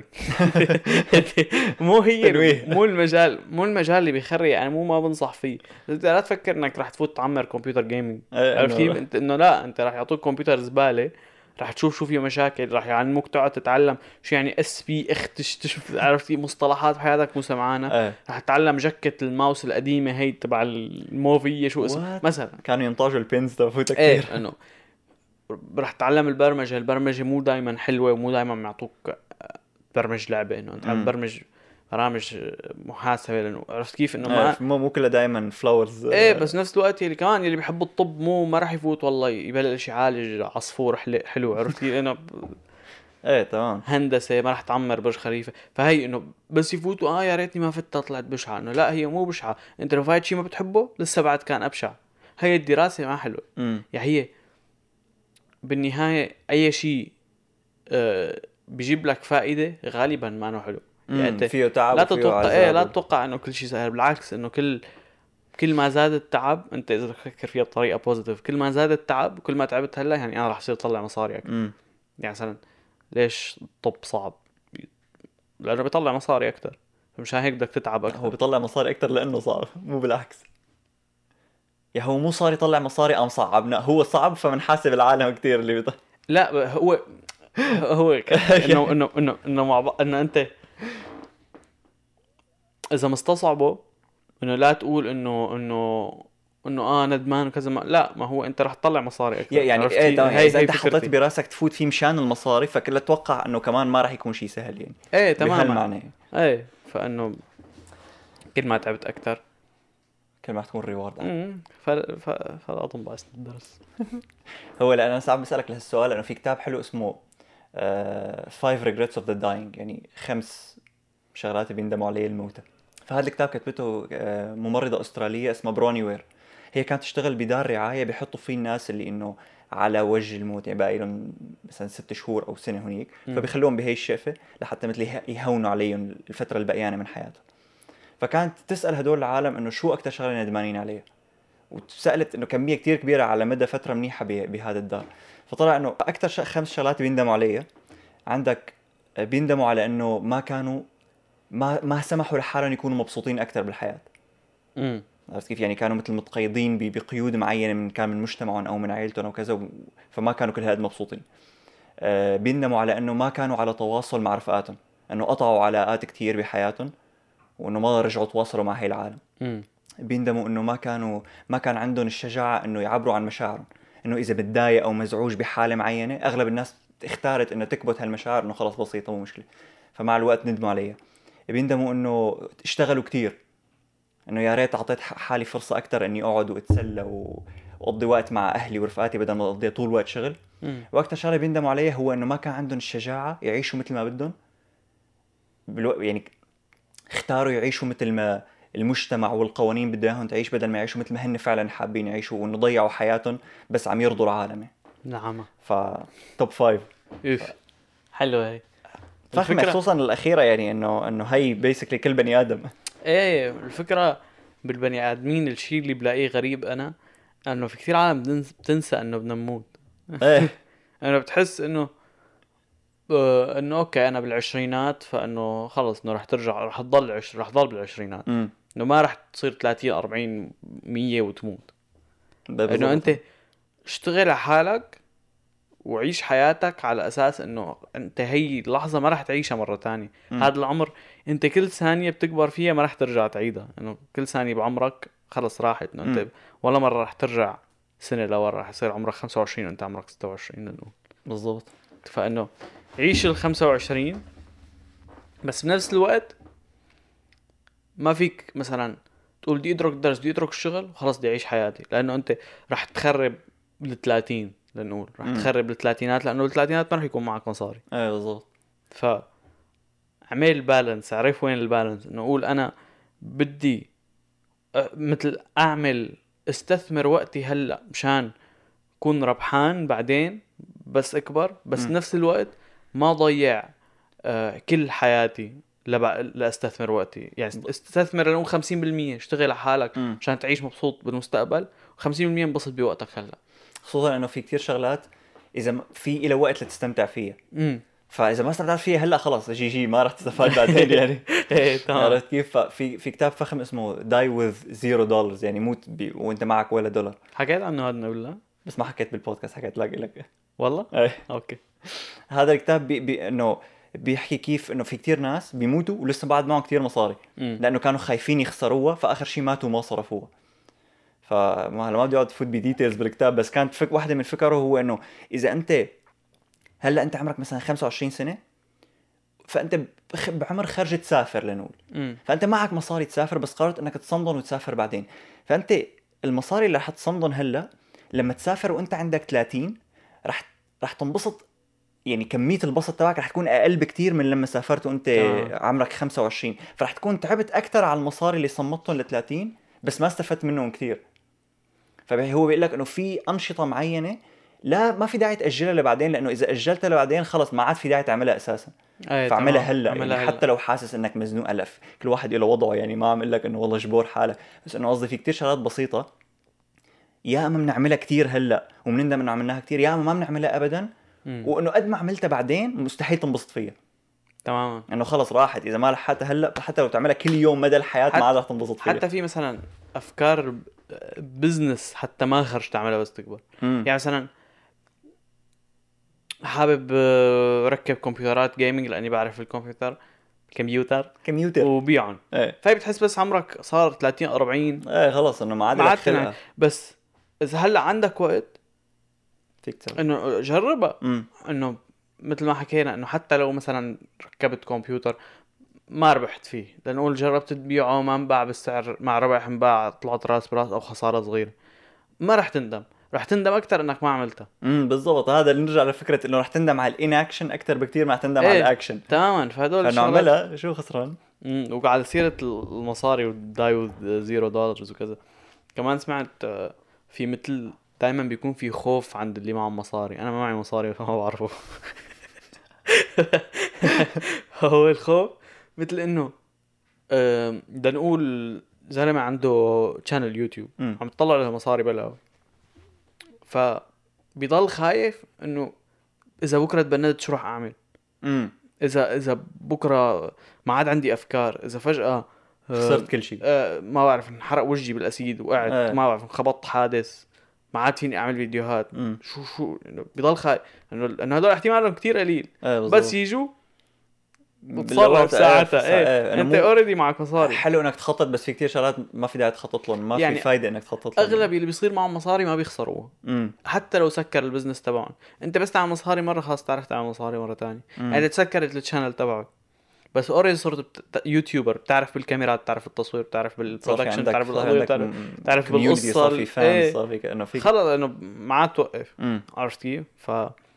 مو هي تنويه. مو المجال مو المجال اللي بيخرج، يعني مو ما بنصح فيه. انت لا تفكر انك راح تفوت تعمر كمبيوتر جيمنج، إيه، عرفت كيف؟ انه انت انه لا، انت راح يعطوك كمبيوتر زبالة، راح تشوف شو فيه مشاكل، راح يعلموك تقعد تتعلم شو يعني اس بي اخ تش تش عرفت كيف؟ مصطلحات بحياتك مو سمعانة. ايه راح تتعلم جكة الماوس القديمة هي تبع الموفية شو اسمها وات مثلا. كانوا ينطاجوا البينز تفوتها ايه كثير. انه رح تتعلم البرمجة. البرمجة مو دايما حلوة، ومو دايما معطوك برمج لعبة، انه انت عم امم تبرمج برامج محاسبة، لانه عرفت كيف انه ايه ما. مو مو كلها دائما فلاورز. ايه بس نفس الوقت اللي كمان اللي بيحب الطب مو ما راح يفوت والله يبلش يعالج عصفور حل- حلو، عرفت كيف؟ انه ايه تمام. هندسة ما راح تعمر برج خليفة. فهي انه بس يفوتوا اه يا ريتني ما فتها طلعت بشعة، انه لا هي مو بشعة، انت لو فايت شيء ما بتحبه لسه بعد كان ابشع. هي الدراسة ما حلوة. امم يعني هي بالنهاية اي شيء آه، بيجيب لك فائدة غالبا ما انه حلو. يعني امم انت فيه تعب لا وفيه تتوقع ايه لا عذاب. تتوقع انه كل شيء سهل، بالعكس انه كل كل ما زاد التعب، انت اذا تفكر فيها بطريقة بوزيتيف، كل ما زاد التعب كل ما تعبت هلا يعني انا راح اصير اطلع مصاري اكثر. امم يعني مثلا ليش الطب صعب؟ لانه بيطلع مصاري اكثر، مشان هيك بدك تتعب هو اكثر. بيطلع مصاري اكثر لانه صعب، مو بالعكس. يا هو مو صار يطلع مصاري قام صعبنا، هو صعب فمنحاسب العالم كثير اللي بيطلع. لا هو هو ك... انه انه انه انه مع بعض انه انت اذا مستصعبه، انه لا تقول انه انه انه اه ندمان وكذا ما. لا، ما هو انت راح تطلع مصاري اكثر، يعني عرفت ايه كيف؟ تمام، يعني هي اذا هي انت حطيت فكرتي. براسك تفوت فيه مشان المصاري فكله اتوقع انه كمان ما راح يكون شيء سهل يعني. ايه تماما. بهالمعنى يعني. ايه فانه كل ما تعبت اكثر كل ما تكون ريورد اعلى. امم ف... ف... فلا اظن بأس الدرس. هو لأن انا ساعات بسالك لهالسؤال لانه في كتاب حلو اسمه آه، Five Regrets of the Dying، يعني خمس شغلات بيندموا عليه الموتى. فهذا الكتاب كتبته آه، ممرضة أسترالية اسمها بروني وير. هي كانت تشتغل بدار رعاية بيحطوا فيه الناس اللي إنه على وجه الموت، يعني باقي لهم مثلا ست شهور أو سنة هنيك، امم فبيخلوهم بهي الشقفة لحتى مثل يه- يهونوا عليهم الفترة البقيانة من حياتهم. فكانت تسأل هدول العالم إنه شو أكتر شغلة ندمانين عليها، وسألت إنه كمية كتير كبيرة على مدى فترة منيحة ب- بهذا الدار. فطلع إنه أكتر ش- خمس شغلات بيندموا عليها. عندك آه، بيندموا على إنه ما كانوا ما ما سمحوا لحالهم يكونوا مبسوطين اكثر بالحياه. امم عرفت كيف؟ يعني كانوا مثل متقيدين ب- بقيود معينه من كان من مجتمعهم او من عائلتهم او كذا و- فما كانوا كل هاد مبسوطين. آه، بيندموا على انه ما كانوا على تواصل مع رفقاتهم، انه قطعوا علاقات كتير بحياتهم وانه ما رجعوا تواصلوا مع هاي العالم. امم بيندموا انه ما كانوا ما كان عندهم الشجاعه انه يعبروا عن مشاعرهم، انه اذا متضايق او مزعوج بحاله معينه اغلب الناس اختارت انه تكبت هالمشاعر انه خلص بسيطه مو مشكله، فمع الوقت ندموا عليها. بيندموا انه اشتغلوا كتير، انه يا ريت اعطيت ح- حالي فرصه اكثر اني اقعد واتسلى و- واقضي وقت مع اهلي ورفقاتي بدل ما اقضي طول الوقت شغل. امم واكثر شغله بيندموا عليها هو انه ما كان عندهم الشجاعه يعيشوا مثل ما بدهم. بالو... يعني اختاروا يعيشوا مثل ما المجتمع والقوانين بده اياهم تعيش بدل ما يعيشوا مثل ما هن فعلا حابين يعيشوا، وانه ضيعوا حياتهم بس عم يرضوا العالم. نعم. ف توب فايف. اف حلوة هي فخمة الفكرة. خصوصا الاخيره، يعني انه انه هي بيسكلي كل بني ادم. ايه الفكرة بالبني ادمين، الشيء اللي بلاقيه غريب انا انه في كثير عالم بتنس- بتنسى انه بدنا نموت. ايه انا بتحس انه آه انه اوكي انا بالعشرينات، فانه خلص انه رح ترجع، رح تضل عش... رح تضل بالعشرينات، امم انه ما رح تصير ثلاثين أربعين مية وتموت. انه بالضبط. انت اشتغل على حالك وعيش حياتك على اساس انه انت هي اللحظة ما رح تعيشها مرة تانية. امم هذا العمر انت كل ثانية بتكبر فيها ما رح ترجع تعيدها، انه كل ثانية بعمرك خلص راحت، انه انت امم ولا مرة رح ترجع سنة لورا، رح يصير عمرك خمسة وعشرين وانت عمرك ستة وعشرين لنقول. بالضبط. فانه عيش ال خمسة وعشرين، بس بنفس الوقت ما فيك مثلا تقول بدي اترك الدرس بدي اترك الشغل وخلص بدي اعيش حياتي، لانه انت رح تخرب بال ثلاثين لنقول، رح امم تخرب بالثلاثينات، لانه بالثلاثينات ما رح يكون معك مصاري. ايه بالضبط. ف اعمل بالانس، اعرف وين البالانس، انه اقول انا بدي أ- مثل اعمل استثمر وقتي هلا مشان كون ربحان بعدين بس اكبر، بس امم نفس الوقت ما ضيع آه، كل حياتي لبع... لاستثمر وقتي. يعني استثمر لو خمسين بالمية اشتغل على حالك مم. عشان تعيش مبسوط بالمستقبل، وخمسين بالمية انبسط بوقتك هلا. خصوصا انه في كتير شغلات اذا م- في إلى وقت لتستمتع فيها، امم فاذا ما استمتعت فيها هلا خلص جي جي ما راح تستفاد بعدين يعني. ايه تمام. عرفت كيف؟ في في كتاب فخم اسمه داي وذ زيرو دولارز، يعني موت بي وانت معك ولا دولار. حكيت عنه هذا ولا؟ بس ما حكيت بالبودكاست، حكيت لك لك والله ايه. اوكي. هذا الكتاب بي بي انه بيحكي كيف انه في كتير ناس بيموتوا ولسه بعد معهم كتير مصاري، مم. لانه كانوا خايفين يخسروها فاخر شيء ماتوا وما صرفوها. فما هلا ما بدي اقعد فوت بديتيلز بالكتاب، بس كانت فك واحده من فكره هو انه اذا انت هلا انت عمرك مثلا خمسة وعشرين سنه، فانت بخ- بعمر خرج تسافر لنقول، مم. فانت معك مصاري تسافر بس قررت انك تصندن وتسافر بعدين. فانت المصاري اللي حتصندن هلا لما تسافر وانت عندك ثلاثين رح رح تنبسط، يعني كميه البسط تبعك رح تكون اقل بكتير من لما سافرت وانت آه. عمرك خمسة وعشرين، فرح تكون تعبت اكثر على المصاري اللي صمتهم ل ثلاثين بس ما استفدت منهم كتير. فهو بيقول لك انه في انشطه معينه لا ما في داعي تاجلها لبعدين، لانه اذا اجلتها لبعدين خلص ما عاد في داعي تعملها اساسا. ايه فاعملها تمام. هلا عملها يعني، هلا. حتى لو حاسس انك مزنوق. هلا كل واحد له وضعه، يعني ما عم اقول لك انه والله جبور حالك، بس انه قصدي في كتير شغلات بسيطه يا اما بنعملها كتير هلا وبنندم انه عملناها كتير، يا اما ما بنعملها ابدا مم. وانه قد ما عملتها بعدين مستحيل تنبسط فيها، تماما. انه خلص راحت. اذا ما لحقتها هلا حتى لو تعملها كل يوم مدى الحياه حت... ما عاد رح تنبسط فيها. حتى في مثلا افكار ب- بزنس حتى ما خرج تعملها بس تكبر. مم. يعني مثلا حابب آه، ركب كمبيوترات جيمنج لاني بعرف الكمبيوتر كمبيوتر كمبيوتر وبيعهم. ايه فهي بتحس بس عمرك صار ثلاثين أربعين ايه خلص انه ما عاد ما لك عاد تنع- خلقها بس اذا هلا عندك وقت فيك تسوي. انه جربها. امم انه مثل ما حكينا انه حتى لو مثلا ركبت كمبيوتر ما ربحت فيه، لنقول جربت تبيعه ما انباع بالسعر، مع ربح انباع طلعت راس براس او خسارة صغيرة، ما رح تندم. رح تندم اكتر انك ما عملتها. امم بالضبط. هذا اللي نرجع لفكره انه رح تندم على الان اكشن اكثر بكثير ما تندم إيه. على الاكشن. تماما. فهدول فانه الشغلات. عملها شو خسران. امم وعلى سيرة المصاري والداي وذ زيرو دولارز وكذا، كمان سمعت آه، في مثل دائما بيكون في خوف عند اللي معهم مصاري. انا ما معي مصاري فما بعرفه. هو الخوف مثل انه آه، بدنا نقول زلمة عنده channel يوتيوب امم عم تطلع له مصاري بلا، فبيضل خايف انه اذا بكره تبندت شو راح اعمل، امم اذا اذا بكره ما عاد عندي افكار، اذا فجأة آه، خسرت كل شيء. آه، ما بعرف انحرق وجهي بالاسيد وقعت آه. ما بعرف انخبطت حادث ما عاد فيني اعمل فيديوهات. امم شو شو إنه بيضل خايف انه انه هدول احتمالهم كتير قليل، ايه بس يجوا بالوقت- بتصرف ساعتها. ايه, ايه إنه انت مو- اوريدي معك مصاري. حلو انك تخطط، بس في كتير شغلات ما في داعي تخطط لهم، ما يعني في فايده انك تخطط لهم. اغلب اللي بيصير معهم مصاري ما بيخسروها امم حتى لو سكر البزنس تبعهم. انت بس تعمل مصاري مره خلاص تعرف تعمل مصاري مره تانية. مم. يعني تسكرت الشانل تبعك بس اوريدي صرت بت... يوتيوبر، بتعرف بالكاميرات، بتعرف بالتصوير، بتعرف صار في بالبرودكشن، عندك بتعرف صار بالاضويه، عندك بتعرف م- تعرف community، بالقصة صار في ال- فانز، إيه. صار في كأنه في خلص انه ما عاد توقف. امم عرفت كيف؟ ف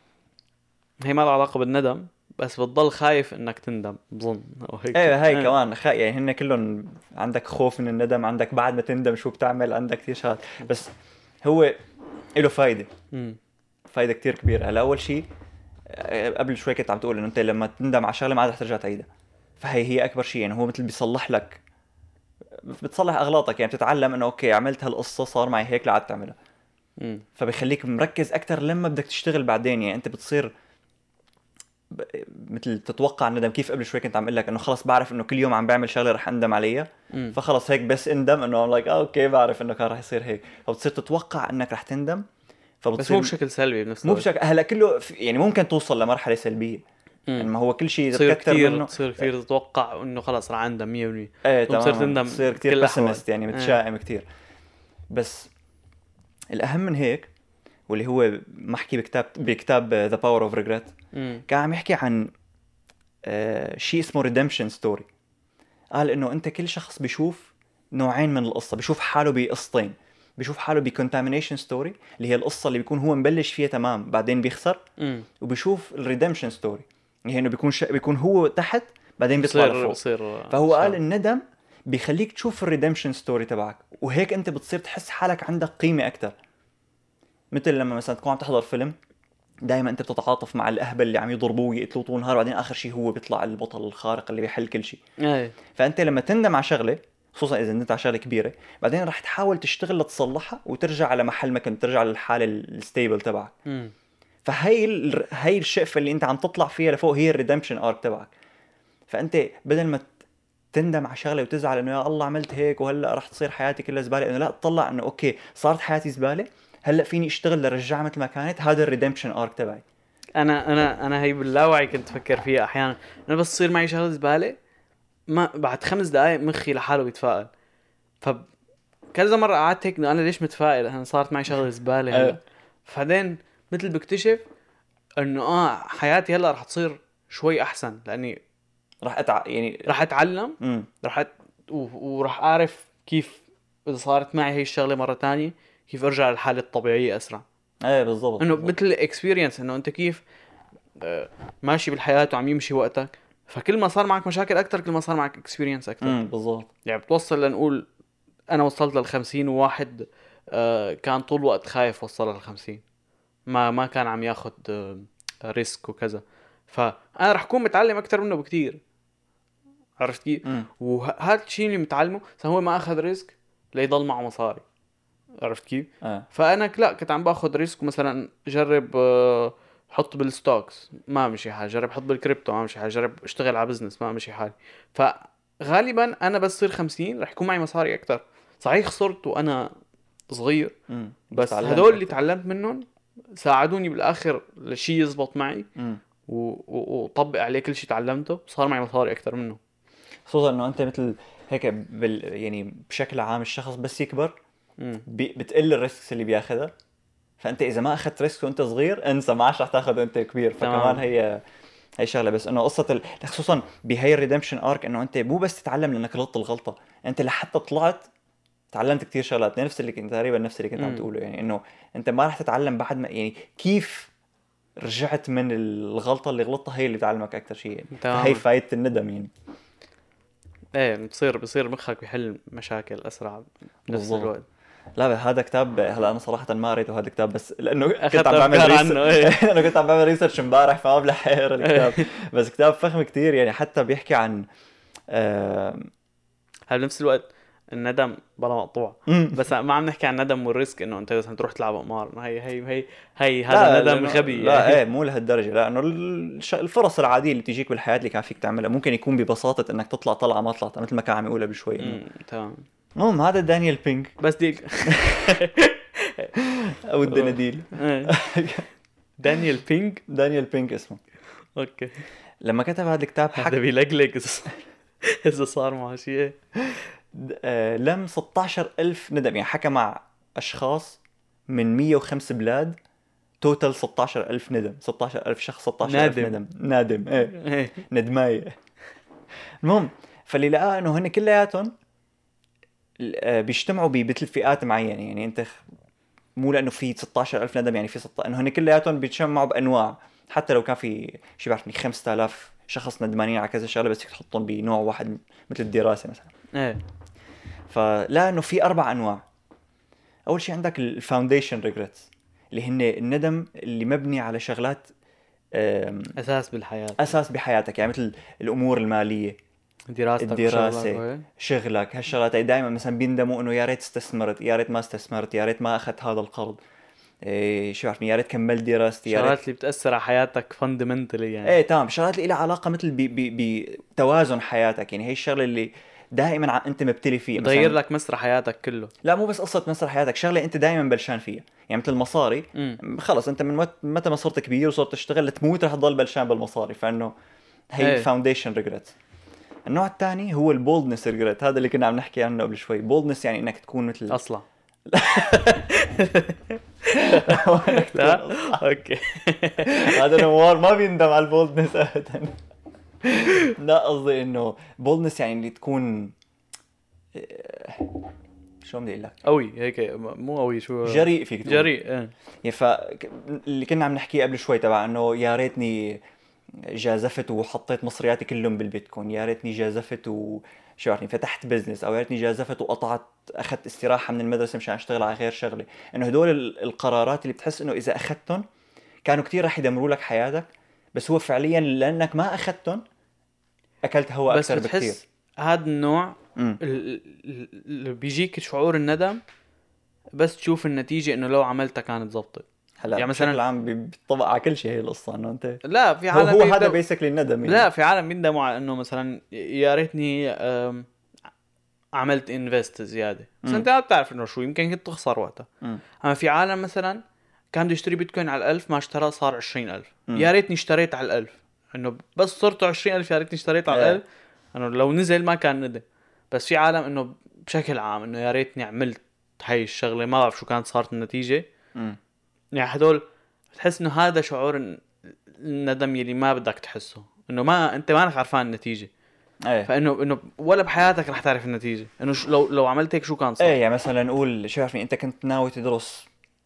هي ما لها علاقه بالندم، بس بتضل خايف انك تندم بظن او هيك. ايه هاي إيه. كمان خ... يعني هن كلهم عندك خوف من الندم، عندك بعد ما تندم شو بتعمل، عندك كثير شغلات، بس هو له فايده مم. فايده كتير كبيره. هلا اول شيء قبل شوي كنت عم تقول انه انت لما تندم على شغله ما عاد رح ترجع تعيدها، فهي هي اكبر شيء. يعني هو مثل بيصلح لك، بتصلح اغلاطك، يعني بتتعلم انه اوكي عملت هالقصه صار معي هيك لا عاد تعملها، مم. فبيخليك مركز اكثر لما بدك تشتغل بعدين. يعني انت بتصير ب... مثل تتوقع الندم. كيف قبل شوي كنت عم اقول لك انه خلص بعرف انه كل يوم عم بعمل شغله رح اندم عليها، مم. فخلص هيك بس اندم انه ام لايك اوكي بعرف انه كان رح يصير هيك، فبتصير تتوقع انك رح تندم. فبتصير بس مو بشكل سلبي بنفس مو الوقت. بشكل هلا كله في... يعني ممكن توصل لمرحله سلبيه، يعني مم. ما هو كل شيء اذا تصير تكتر كتير منه تصير كتير تتوقع انه خلص رح اندم مية بالمية. ايه وبتصير تمام تندم تصير بكل كثير الأحوال. بسمست، يعني إيه. متشائم كثير. بس الاهم من هيك واللي هو محكي بكتاب بكتاب ذا باور اوف ريجريت، مم. كان عم يحكي عن آه شيء اسمه ريدمشن ستوري. قال انه انت كل شخص بيشوف نوعين من القصه، بيشوف حاله بقصتين، بيشوف حاله بكونتامينيشن ستوري اللي هي القصه اللي بيكون هو مبلش فيها تمام بعدين بيخسر، مم. وبيشوف الريدمشن ستوري اللي هي انه بيكون ش... بيكون هو تحت بعدين بيطلع بصير لفوق. بصير فهو قال الندم بيخليك تشوف الريدمشن ستوري تبعك، وهيك انت بتصير تحس حالك عندك قيمه اكثر. مثل لما مثلا تكون عم تحضر فيلم دائما انت بتتعاطف مع الاهبل اللي عم يضربوه ويقتلوه طول النهار، بعدين اخر شيء هو بيطلع البطل الخارق اللي بيحل كل شيء. ايه فانت لما تندم على شغله، خصوصا اذا ندمت على شغله كبيره، بعدين رح تحاول تشتغل لتصلحها وترجع على محل ما كنت، ترجع للحاله الستيبل تبعك. امم فهي ال... هي الشقفه اللي انت عم تطلع فيها لفوق هي الريدمشن ارك تبعك. فانت بدل ما تندم على شغله وتزعل انه يا الله عملت هيك وهلا رح تصير حياتي كلها زباله، انه لا، تطلع انه اوكي صارت حياتي زباله، هلا فيني اشتغل لرجعها مثل ما كانت. هذا الريدمشن ارك تبعي. انا انا انا هي باللاوعي كنت افكر فيها احيانا، انا بس تصير معي شغله زباله ما بعد خمس دقائق مخي لحاله بيتفائل. فكذا مره قعدت هيك انه انا ليش متفائل، انا صارت معي شغله زباله هلا. بعدين مثل بكتشف انه اه حياتي هلا رح تصير شوي احسن، لاني رح اتع يعني رح اتعلم، امم رح أت... و... ورح اعرف كيف اذا صارت معي هي الشغله مره تانية كيف ارجع للحاله الطبيعيه اسرع. ايه بالضبط، انه بالضبط. مثل اكسبيرينس انه انت كيف آه، ماشي بالحياه وعم يمشي وقتك، فكل ما صار معك مشاكل اكتر كل ما صار معك اكسبيرينس اكتر. امم بالضبط. يعني بتوصل لنقول انا وصلت للخمسين وواحد آه، كان طول الوقت خايف وصل للخمسين، ما ما كان عم ياخد آه، ريسك وكذا، فانا رح اكون متعلم اكتر منه بكتير. عرفت كيف؟ امم وهذا الشيء اللي متعلمه هو ما اخذ ريسك ليضل معه مصاري. عرفت كيف؟ اه فانا لا كنت عم باخذ ريسك، مثلا جرب آه، حط بالستوكس ما مشي حال، جرب حط بالكريبتو ما مشي حال، جرب اشتغل على بزنس ما مشي حال. فغالبا انا بس صير خمسين رح يكون معي مصاري اكتر. صحيح خسرت وانا صغير، امم بس تعلمت هدول اللي أكتر. تعلمت منهم ساعدوني بالاخر لشيء يزبط معي امم و- و- وطبق عليه كل شيء تعلمته، صار معي مصاري اكتر منه. خصوصا انه انت مثل هيك بال... يعني بشكل عام الشخص بس يكبر امم بي... بتقل الريسكس اللي بياخذها. فانت اذا ما اخذت ريسك وانت صغير انسى، ما عادش رح تاخذ وانت كبير. فكمان تمام. هي هي شغله. بس انه قصه ال... خصوصا بهي الريدمشن ارك، انه انت مو بس تتعلم لانك غلطت الغلطه، انت لحتى طلعت تعلمت كتير شغلات، نفس اللي كنت تقريبا نفس اللي كنت عم امم تقوله. يعني انه انت ما رح تتعلم بعد ما، يعني كيف رجعت من الغلطه اللي غلطتها هي اللي تعلمك اكثر شيء. يعني فهي تمام. فايده الندم يعني. ايه بصير بصير مخك بيحل مشاكل اسرع بنفس بالضبط. الوقت. لا بس هذا كتاب، هلا انا صراحه ما قريته هذا الكتاب، بس لانه كنت اخذت عم بعمل افكار ريسيرش. عنه. ايه انا كنت عم بعمل ريسيرش امبارح فما بلحق اقرا الكتاب. بس كتاب فخم كتير يعني، حتى بيحكي عن آه... هل بنفس الوقت الندم بلا مقطوع، بس ما عم نحكي عن ندم والريسك انه انت مثلا تروح تلعب قمار، ما هي هي هي هي هذا لا ندم لأنه- غبي لا يعني. ايه مو لهالدرجه، لانه الش... الفرص العاديه اللي تجيك بالحياه اللي كان فيك تعملها ممكن يكون ببساطه انك تطلع طلعه ما طلعت، مثل ما كان عم يقولها بشوي. انه امم تمام. المهم هذا دانيال بينك بس ديك او الدناديل. إيه. دانيال بينك. دانيال بينك اسمه. اوكي لما كتب هذا الكتاب هذا حكى بيلقلق إذا- اذا صار معه شيء. آه، لم ستة عشر ألف ندم. يعني حكى مع أشخاص من مية وخمسة بلاد، توتال ستة عشر ألف ندم. ستة عشر ألف شخص، ستة عشر ألف نادم. ندم. نادم ايه، ايه ندماية. المهم فاللي لقاه انه هن كلياتهم آه، بيجتمعوا بمثل فئات معينة. يعني انت خ- مو لانه في ستة عشر ألف ندم يعني في ستة، انه هن كلياتهم بيتجمعوا بانواع. حتى لو كان في شي بعرفني خمسة آلاف شخص ندمانين على كذا شغله، بس فيك تحطهم بنوع واحد مثل الدراسه مثلا. ايه فلا انه في اربع انواع. اول شيء عندك الفاونديشن ريجريتس، اللي هن الندم اللي مبني على شغلات آم، اساس بالحياه، اساس بحياتك. يعني مثل الامور الماليه، دراستك الدراسه، وشغلك وهيك. شغلك، هالشغلات هي دائما مثلا بيندموا انه يا ريت استثمرت، يا ريت ما استثمرت، يا ريت ما اخذت هذا القرض، إيه شو بعرفني، يا ريت كملت دراستي، يا ريت. شغلات اللي بتاثر على حياتك فاندمنتالي يعني. ايه تمام، شغلات اللي لها علاقه مثل ب- ب- بتوازن حياتك. يعني هي الشغله اللي دائما ع- انت مبتلي فيها. بتغير مثلا لك مسرح حياتك كله. لا مو بس قصه مسرح حياتك، شغله انت دائما بلشان فيها. يعني مثل المصاري، امم خلص انت من مت- متى ما صرت كبير وصرت تشتغل لتموت رح تضل بلشان بالمصاري. فانه هي ايه الفاونديشن ريجريت. النوع الثاني هو البولدنس ريجريت، هذا اللي كنا عم نحكي عنه قبل شوي. بولدنس يعني انك تكون مثل اصلا إنك تكون لا أصلاً. اوكي. هذا نوار ما بيندم على البولدنس ابدا. لا قصدي انه بولدنس يعني اللي تكون شو بدي اقول لك، قوي هيك مو قوي شو جريء فيك تقول. جريء ايه. يعني ف اللي كنا عم نحكيه قبل شوي تبع انه يا ريتني جازفت وحطيت مصرياتي كلهم بالبيتكوين، يا ريتني جازفت وشو عارفني فتحت بزنس، او يا ريتني جازفت وقطعت اخذت استراحه من المدرسه مشان اشتغل على غير شغله. انه هدول ال- القرارات اللي بتحس انه اذا اخذتهم كانوا كتير رح يدمروا لك حياتك، بس هو فعليا لانك ما اخذتهم اكلت هوا بس اكثر بكتير. بتحس هذا النوع امم ال- ال- اللي بيجيك شعور الندم بس تشوف النتيجة انه لو عملتها كانت زبطت. هلا يعني يعني مثلاً- بشكل عام بيطبق على كل شيء هي القصه، انه انت لا في هو, عالم هو هذا بيندم... بيسكلي الندم يعني. لا في عالم بيندموا على انه مثلا يا ريتني أم، عملت انفست زيادة، بس مم. انت ما بتعرف انه شو يمكن كنت تخسر وقتها. مم. اما في عالم مثلا كان بده يشتري بيتكوين على الألف، ما اشترى صار عشرين ألف. مم. يا ريتني اشتريت على الألف، انه بس صرت عشرين ألف يا ريتني اشتريت على إيه. الألف، انه لو نزل ما كان ندم. بس في عالم انه بشكل عام انه يا ريتني عملت هاي الشغلة، ما بعرف شو كانت صارت النتيجة. مم. يعني هدول بتحس انه هذا شعور الن- الندم يلي ما بدك تحسه، انه ما انت ما انك عارفان النتيجة. ايه فانه انه ولا بحياتك رح تعرف النتيجة، انه شو- لو لو عملت هيك شو كان صار. ايه يعني مثلا نقول شو عارفين، انت كنت ناوي تدرس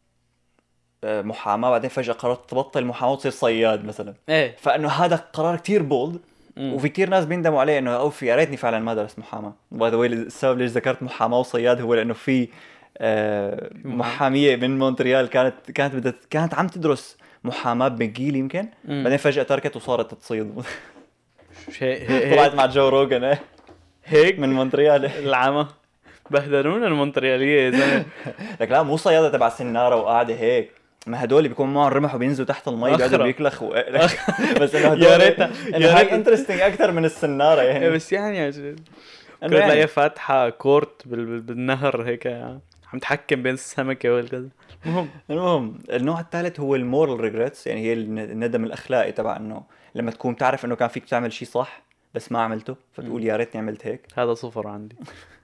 آه، محاماه، بعدين فجاه قررت تبطل محاماه وتصير صياد مثلا، ايه فانه هذا قرار كتير بولد. مم. وفي كتير ناس بيندموا عليه انه اوف يا ريتني فعلا ما درست محاماه. باي ذا واي السبب ليش ذكرت محاماه وصياد هو لانه في آه، محام- محاميه من مونتريال كانت كانت بدها كانت عم تدرس محاماه بمcgill يمكن، مم. بعدين فجاه تركت وصارت تصيد. شيء هيك طلعت مع جو روجن إيه، هيك من مونتريال. العمى بهدلونا المونتريالية يا زلمة. لك لا مو صيادة تبع سنارة وقاعدة هيك، ما هدول بيكون معهم رمح وبينزلوا تحت المي بيقعدوا أخرى. بيكلخ و... بس انه هدول يا ريتها- انه يا هاي ريت- انترستينج اكثر من السنارة إيه يعني. بس يعني يا جد إنه كل يعني. لاقيه فاتحة كورت بال... بال- بالنهر هيك يعني. عم تحكم بين السمكة والكذا. المهم المهم النوع الثالث هو المورال ريجريتس، يعني هي الن- الندم الاخلاقي تبع انه لما تكون تعرف انه كان فيك تعمل شيء صح بس ما عملته، فتقول يا ريتني عملت هيك. هذا صفر عندي.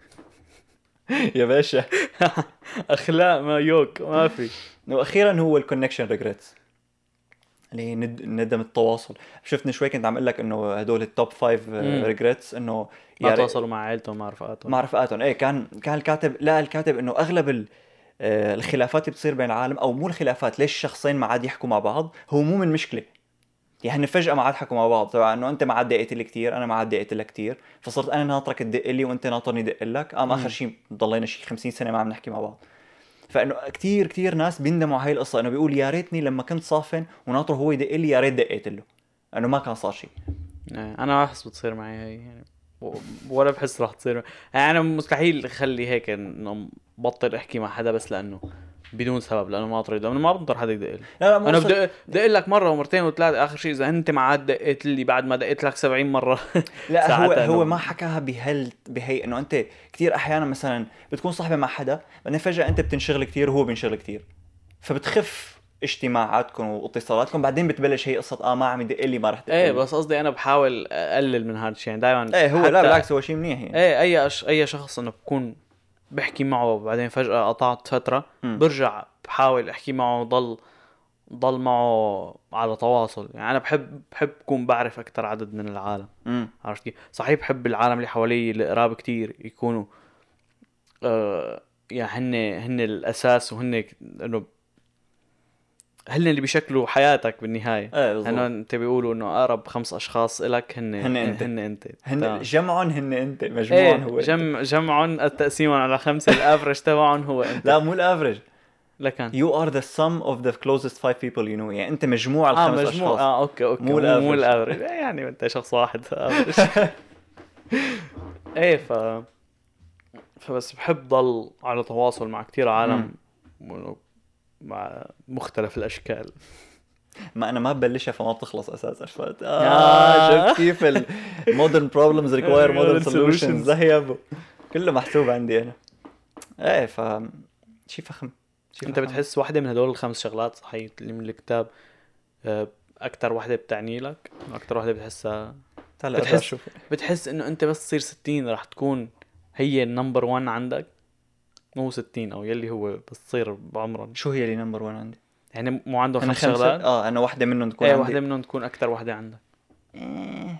يا باشا. اخلاق ما يوك ما في. واخيرا هو الكونكشن ريجريتس اللي هي ند- ندم التواصل. شفتني شوي كنت عم اقول لك انه هدول التوب فايف مم. ريجريتس انه ما يا ريت- تواصلوا مع عائلتهم مع رفقاتهم. مع رفقاتهم. ايه كان كان الكاتب لا الكاتب انه اغلب ال- آه، الخلافات اللي بتصير بين العالم، او مو الخلافات، ليش الشخصين ما عاد يحكوا مع بعض، هو مو من مشكله يعني فجاه ما عاد حكوا مع بعض، تبع انه انت ما عاد دقيت لي كثير، انا ما عاد دقيت لك كثير، فصرت انا ناطرك تدق لي وانت ناطرني دق لك، قام اخر شيء ضلينا شيء خمسين سنه ما عم نحكي مع بعض. فانه كثير كثير ناس بيندموا على هاي القصه، انه بيقول يا ريتني لما كنت صافن وناطره هو يدق لي يا ريت دقيت له، انه ما كان صار شيء. إيه، انا ما بحس بتصير معي هي يعني، و- ولا بحس راح تصير يعني. انا مستحيل اخلي هيك انه بطل احكي مع حدا بس لانه بدون سبب، لانه ما طريق، لانه ما بنطر حدا يدق لي. لا لا مو انا قصة- بدي بدي اقول لك مره ومرتين وثلاثه، اخر شيء اذا انت ما عاد دقيت لي بعد ما دقيت لك سبعين مره. لا هو ساعتها هو إنه- ما حكاها بهال بهي انه انت كثير احيانا مثلا بتكون صاحبه مع حدا، بعدين فجاه انت بتنشغل كثير وهو بينشغل كثير، فبتخف اجتماعاتكم واتصالاتكم، بعدين بتبلش هي قصه اه ما عم يدق لي ما رح تدق ايه لي. بس قصدي انا بحاول اقلل من هذا الشيء يعني دائما. ايه هو لا بالعكس هو شيء منيح يعني. ايه اي أش... اي شخص انه بكون بحكي معه بعدين فجأة قطعت فترة، مم. برجع بحاول احكي معه ضل ضل معه على تواصل. يعني انا بحب بحب اكون بعرف اكثر عدد من العالم. امم عرفت كيف؟ صحيح بحب العالم اللي حوالي القراب كتير يكونوا آه يعني هن هن الاساس، وهن ك- انه هن اللي بيشكلوا حياتك بالنهاية. ايه بالضبط. انه انت بيقولوا انه اقرب خمس اشخاص الك هن هن أنت. هن انت هن تمام. جمعهم هن انت، مجموعهم ايه هو أنت. جمع جمعهم التقسيم على خمسة، الافرج تبعهم هو انت. لا مو الافرج، لكن you are the sum of the closest five people you know، يعني انت مجموع اه الخمس مجموع اشخاص. اه اوكي اوكي مو مو الأفرج. مو الافرج يعني انت شخص واحد افرج. ايه ف فبس بحب ضل على تواصل مع كتير عالم م- مع مختلف الاشكال. ما انا ما ببلشها فما بتخلص اساسا. فات آه. اه شفت كيف ال modern problems require modern Modern solutions. solutions. زي ابو كله محسوب عندي انا. ايه ف شي فخم شي انت فخم. بتحس واحدة من هدول الخمس شغلات صحيح اللي من الكتاب آه، اكتر واحدة بتعني لك، اكتر واحدة بتحسها هلا بتحس- بتحس شوف بتحس انه انت بس تصير ستين راح تكون هي النمبر وان عندك، مو ستين او يلي هو بس تصير بعمرهم. شو هي اللي نمبر واحد عندي؟ يعني مو عندهم انا خمس خمسة شغلات. اه انا واحدة منهم تكون ايه عندي. واحدة منهم تكون اكتر واحدة عندك. إيه.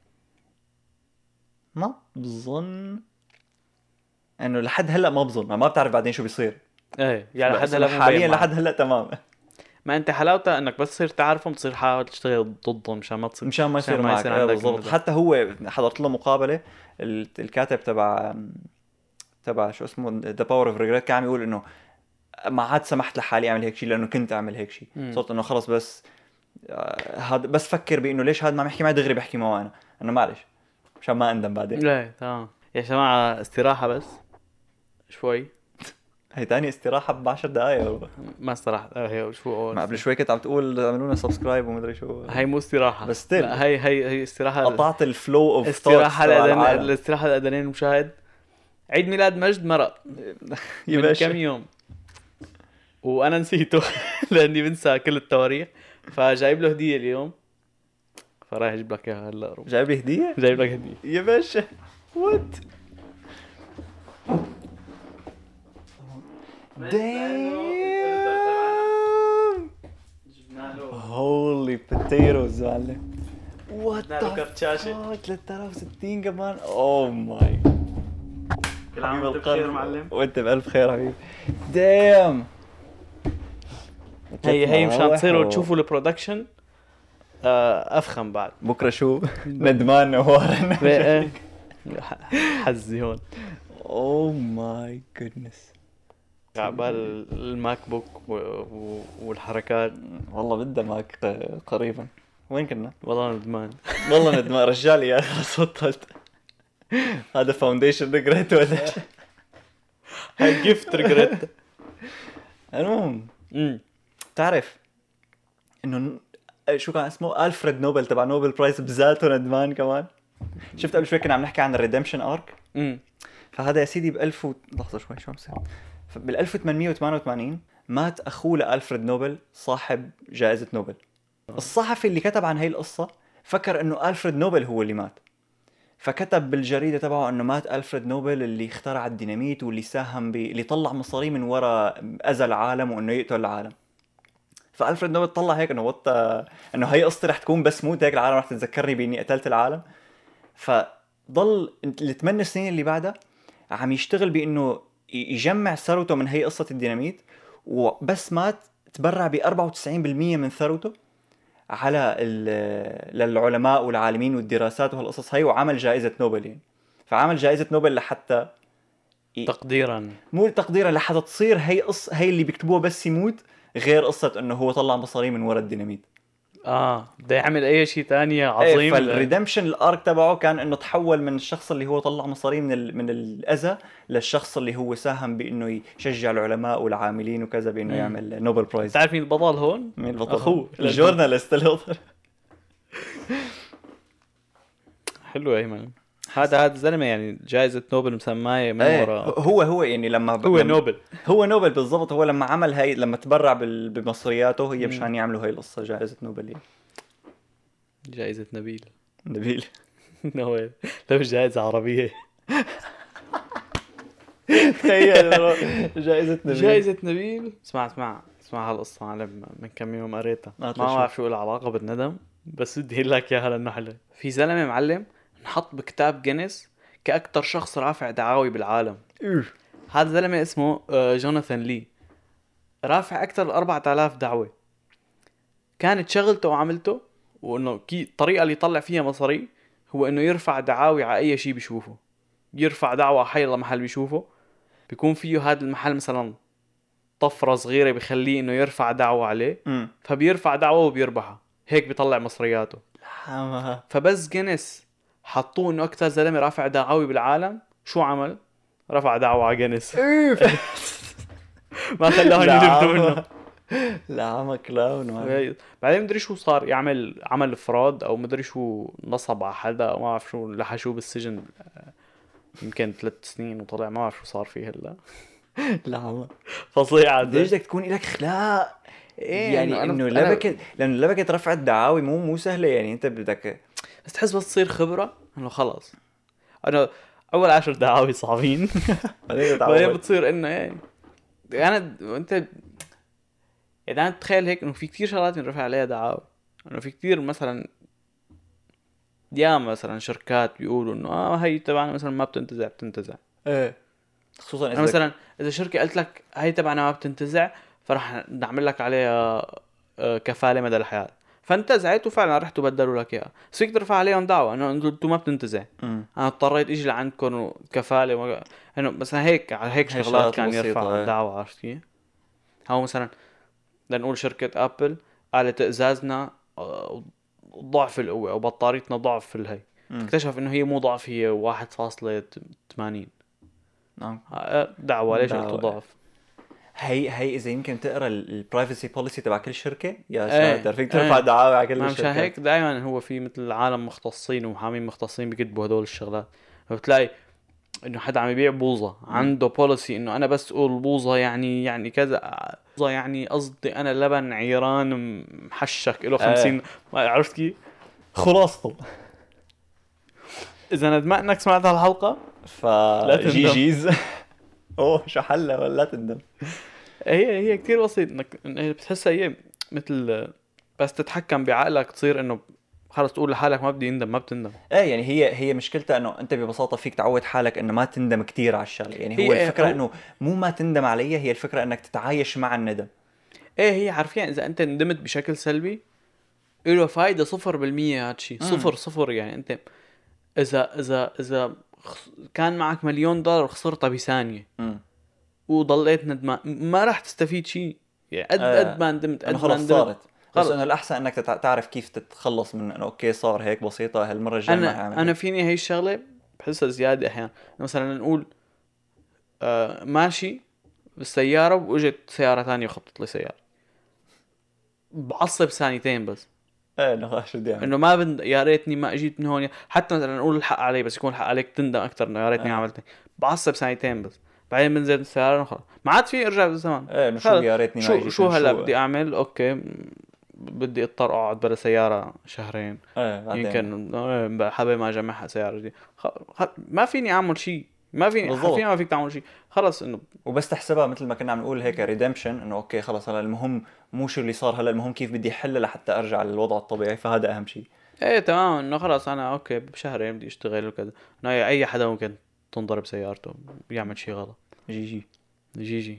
ما بظن انه لحد هلا ما بظن، ما بتعرف بعدين شو بيصير. ايه يعني بس لحد أنا هلا مو حاليا مبين معك. لحد هلا تمام. ما انت حلاوتها انك بس تصير تعرفهم تصير حاول تشتغل ضدهم مشان ما تصير مشان ما يصير عشان ما معك. يصير آه عندك بالضبط. النزاع. حتى هو حضرت له مقابله ال- الكاتب تبع تبع شو اسمه ذا باور اوف ريجريت، كان عم يقول انه ما عاد سمحت لحالي اعمل هيك شيء لانه كنت اعمل هيك شيء. مم. صرت انه خلص بس هذا بس فكر بانه ليش هذا ما عم يحكي معي دغري بحكي معه انا انه معلش مشان ما اندم بعدين. لا تمام يا جماعه استراحه بس شوي. هي تاني استراحه بعشر دقائق ما استراحه هي شو ما قبل شوي كنت عم تقول اعملوا لنا سبسكرايب ومدري شو. هي مو استراحه بس still. لا هي هي هي استراحه قطعت الفلو اوف استراحه الأدن... الاستراحه الادرينالين المشاهد. عيد ميلاد مجد مرق من كم يوم وانا نسيته لاني بنسى كل التواريخ فجايب له هديه اليوم فراح اجيب لك اياها هلا. جايب لي هديه جايب لك هديه يا باشا. وات دايم هولي بوتيتوز معلم. وات ذا شاشه ثلاثة آلاف وستين كمان. اوه ماي كل عام وانت بخير معلم. وانت بألف خير حبيبي. دايم هي هي مشان تصيروا تشوفوا البرودكشن افخم بعد. بكره شو ندمان نوارن حزي هون. اوه ماي جودنس. عبال الماك بوك والحركات والله بدها ماك قريبا. وين كنا؟ والله ندمان والله ندمان رجالي يا اخي خلص بطلت. هذا فاونديشن ريجريت ولا هاي جيفت ريجريت. المهم تعرف انه شو كان اسمه ألفريد نوبل تبع نوبل برايز بذاته ندمان كمان. شفت قبل شوي كنا عم نحكي عن الريدمشن ارك. امم فهذا يا سيدي بألف و... لحظة شوي شو عم بصير. بال ألف وثمانمية وثمانية وثمانين مات اخوه لألفريد نوبل صاحب جائزة نوبل. الصحفي اللي كتب عن هاي القصة فكر انه ألفريد نوبل هو اللي مات. فكتب بالجريدة تبعه انه مات ألفريد نوبل اللي اخترع الديناميت واللي ساهم ب... اللي طلع مصاري من وراء اذى العالم وانه يقتل العالم. فألفريد نوبل طلع هيك انه وط انه هي قصتي رح تكون بس موت هيك العالم رح تتذكرني باني قتلت العالم. فضل الثمان سنين اللي بعدها عم يشتغل بانه يجمع ثروته من هي قصة الديناميت. وبس مات تبرع ب أربعة وتسعين بالمية من ثروته على للعلماء والعالمين والدراسات وهالقصص هي وعمل جائزة نوبل يعني. فعمل جائزة نوبل لحتى تقديرا مو تقديرا لحتى تصير هي قصة هي اللي بيكتبوها بس يموت غير قصة انه هو طلع مصاري من وراء الديناميت. اه بده يعمل اي شيء تاني عظيم. ايه فالريدمشن الارك تبعه كان انه تحول من الشخص اللي هو طلع مصاري من ال... من الاذى للشخص اللي هو ساهم بانه يشجع العلماء والعاملين وكذا بانه يعمل نوبل برايز. تعرف مين البطل هون؟ مين البطل؟ اخوه الجورناليست اللي حلو ايمن. هذا هذا الزلمه يعني جائزه نوبل مسمايه من ايه ورا. هو هو يعني لما هو لما نوبل هو نوبل بالضبط. هو لما عمل هاي لما تبرع بال... بمصرياته هي مشان يعملوا هاي القصه جائزه نوبل يعني. جائزه نبيل نبيل نوبل لو جائزه عربيه. تخيل جائزه نبيل. جائزه نبيل. اسمع اسمع اسمع هالقصه معلم من كم يوم قريتها ما بعرف شو لها علاقه بالندم بس بدي اقول لك اياها لانه حلو. في زلمه معلم نحط بكتاب جينيس كأكتر شخص رافع دعاوي بالعالم. هذا الزلمه اسمه جوناثان لي رافع اكثر من أربعة آلاف دعوه. كانت شغلته وعملته وانه كي الطريقه اللي يطلع فيها مصاري هو انه يرفع دعاوي على اي شيء بيشوفه. يرفع دعوه حي الله محل بيشوفه بيكون فيه هذا المحل مثلا طفره صغيره بخليه انه يرفع دعوه عليه م. فبيرفع دعوه وبيربحها هيك بيطلع مصرياته. فبس جينيس حطوه انه اكثر زلمه رافع دعاوي بالعالم. شو عمل؟ رفع دعوه على جينيس. ما خلاهم يلبدوا منه. لا عم كلاون. بعدين مدري شو صار يعمل عمل فراد او مدري شو نصب على حدا او ما اعرف شو لحشوه بالسجن يمكن ثلاث سنين وطلع ما اعرف شو صار فيه هلا. لا عم فظيعه. ليش بدك تكون لك اخلاق إيه يعني انه لبكت لانه لبكت رفع الدعاوي مو مو سهله يعني. انت بدك بس تحس بس تصير خبره انه خلاص انا اول عشر دعاوي صعبين بعدين بتصير انه ايه انا انت يعني انا تخيل هيك انه في كتير شغلات ينرفع عليها دعاوي. انه في كتير مثلا ديام مثلا شركات بيقولوا انه اه هي تبعنا مثلا ما بتنتزع بتنتزع ايه خصوصا اذا مثلا اذا شركه قلت لك هي تبعنا ما بتنتزع فرح نعمل لك عليها كفاله مدى الحياه فانتزعت وفعلا رحتوا بدلوا لك اياها. بس فيك ترفع عليهم دعوه انه انتم ما بتنتزع. م. انا اضطريت اجي لعندكم كفاله و... انه مثلا هيك على هيك شغلات كان يرفع دعوه. عرفت كيف؟ هو مثلا بدنا نقول شركة ابل قالت ازازنا آه، ضعف القوة او بطاريتنا ضعف في الهي، مم. اكتشف انه هي مو ضعف، هي واحد فاصلة ثمانين. نعم. دعوة ليش دعوة. قلتوا ضعف؟ هي هي اذا يمكن تقرا البرايفسي بوليسي تبع كل شركه يا ايه، ساتر فيك ترفع ايه. دعاوى على كل ما مشان الشركات. هيك دائما هو في مثل عالم مختصين ومحامين مختصين بيكتبوا هدول الشغلات، فبتلاقي انه حدا عم يبيع بوظة عنده بوليسي انه انا بس اقول بوظة يعني يعني كذا، بوظة يعني قصدي انا لبن عيران محشك له خمسين. ما عرفت كيف خلاصته. اذا ندمت انك سمعت هالحلقة ف لا تندم. جي جيز اوه شو حلها ولا تندم. هي هي كتير بسيط انك إنك بتحسها هي مثل بس تتحكم بعقلك تصير انه خلص تقول لحالك ما بدي اندم، ما بتندم. ايه يعني هي هي مشكلتها انه انت ببساطه فيك تعود حالك انه ما تندم كتير على الشغله، يعني هو هي- الفكره هو- انه مو ما تندم عليها، هي الفكره انك تتعايش مع الندم. ايه هي حرفيا اذا انت ندمت بشكل سلبي له فايدة صفر بالمية. هاد شيء مم. صفر صفر يعني انت اذا اذا اذا خس- كان معك مليون دولار وخسرتها بثانية امم وضليت ندمان ما راح تستفيد شيء يعني قد آه، قد ما ندمت انه قد ما خلص ندمت. صارت. بس خلص. انه الاحسن انك تتع- تعرف كيف تتخلص من انه اوكي صار هيك بسيطه هالمره الجايه ما انا هعمل انا هيك. فيني هي الشغلة بحسها زيادة احيانا. مثلا نقول آه ماشي بالسيارة واجت سيارة ثانية وخبطت لي سيارة، بعصب ثانيتين بس ايه انه خلاص شو بدي اعمل. انه ما بند... يا ريتني ما اجيت من هون. حتى مثلا نقول الحق علي بس يكون الحق عليك تندم اكثر انه يا ريتني آه. عملت هيك. بعصب ثانيتين بس بعدين بنزل من السيارة وخلاص ما عاد في ارجع بالزمان. ايه انه شو خلص. يا ريتني ما شو اجيت شو من هلا بدي اعمل؟ اوكي م- بدي اضطر اقعد بلا سيارة شهرين ايه بعدين يمكن آه، حابب ما اجمعها سيارة جديدة. خ... خ... ما فيني اعمل شيء، ما فيني بالضبط. حرفيا ما فيك تعمل شيء. خلص انه وبس تحسبها مثل ما كنا عم نقول هيك ريدمشن، انه اوكي خلص هلا المهم مو شو اللي صار هلا، المهم كيف بدي احل لحتى ارجع للوضع الطبيعي، فهذا اهم شيء. ايه تمام انه خلاص انا اوكي بشهرين بدي اشتغل وكذا. انه اي حدا ممكن تنضرب سيارته يعمل شيء غلط. جي جي جي جي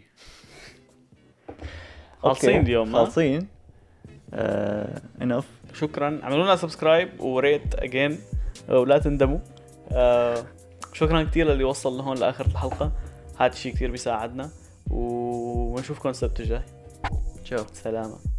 خالصين اليوم. ما خالصين. آه انف. شكرا، اعملوا لنا سبسكرايب وريت اجين ولا تندموا. آه شكرا كتير للي وصل لهون لاخر الحلقه، هذا الشيء كتير بيساعدنا ونشوفكم السبت الجاي. تشاو. سلامه.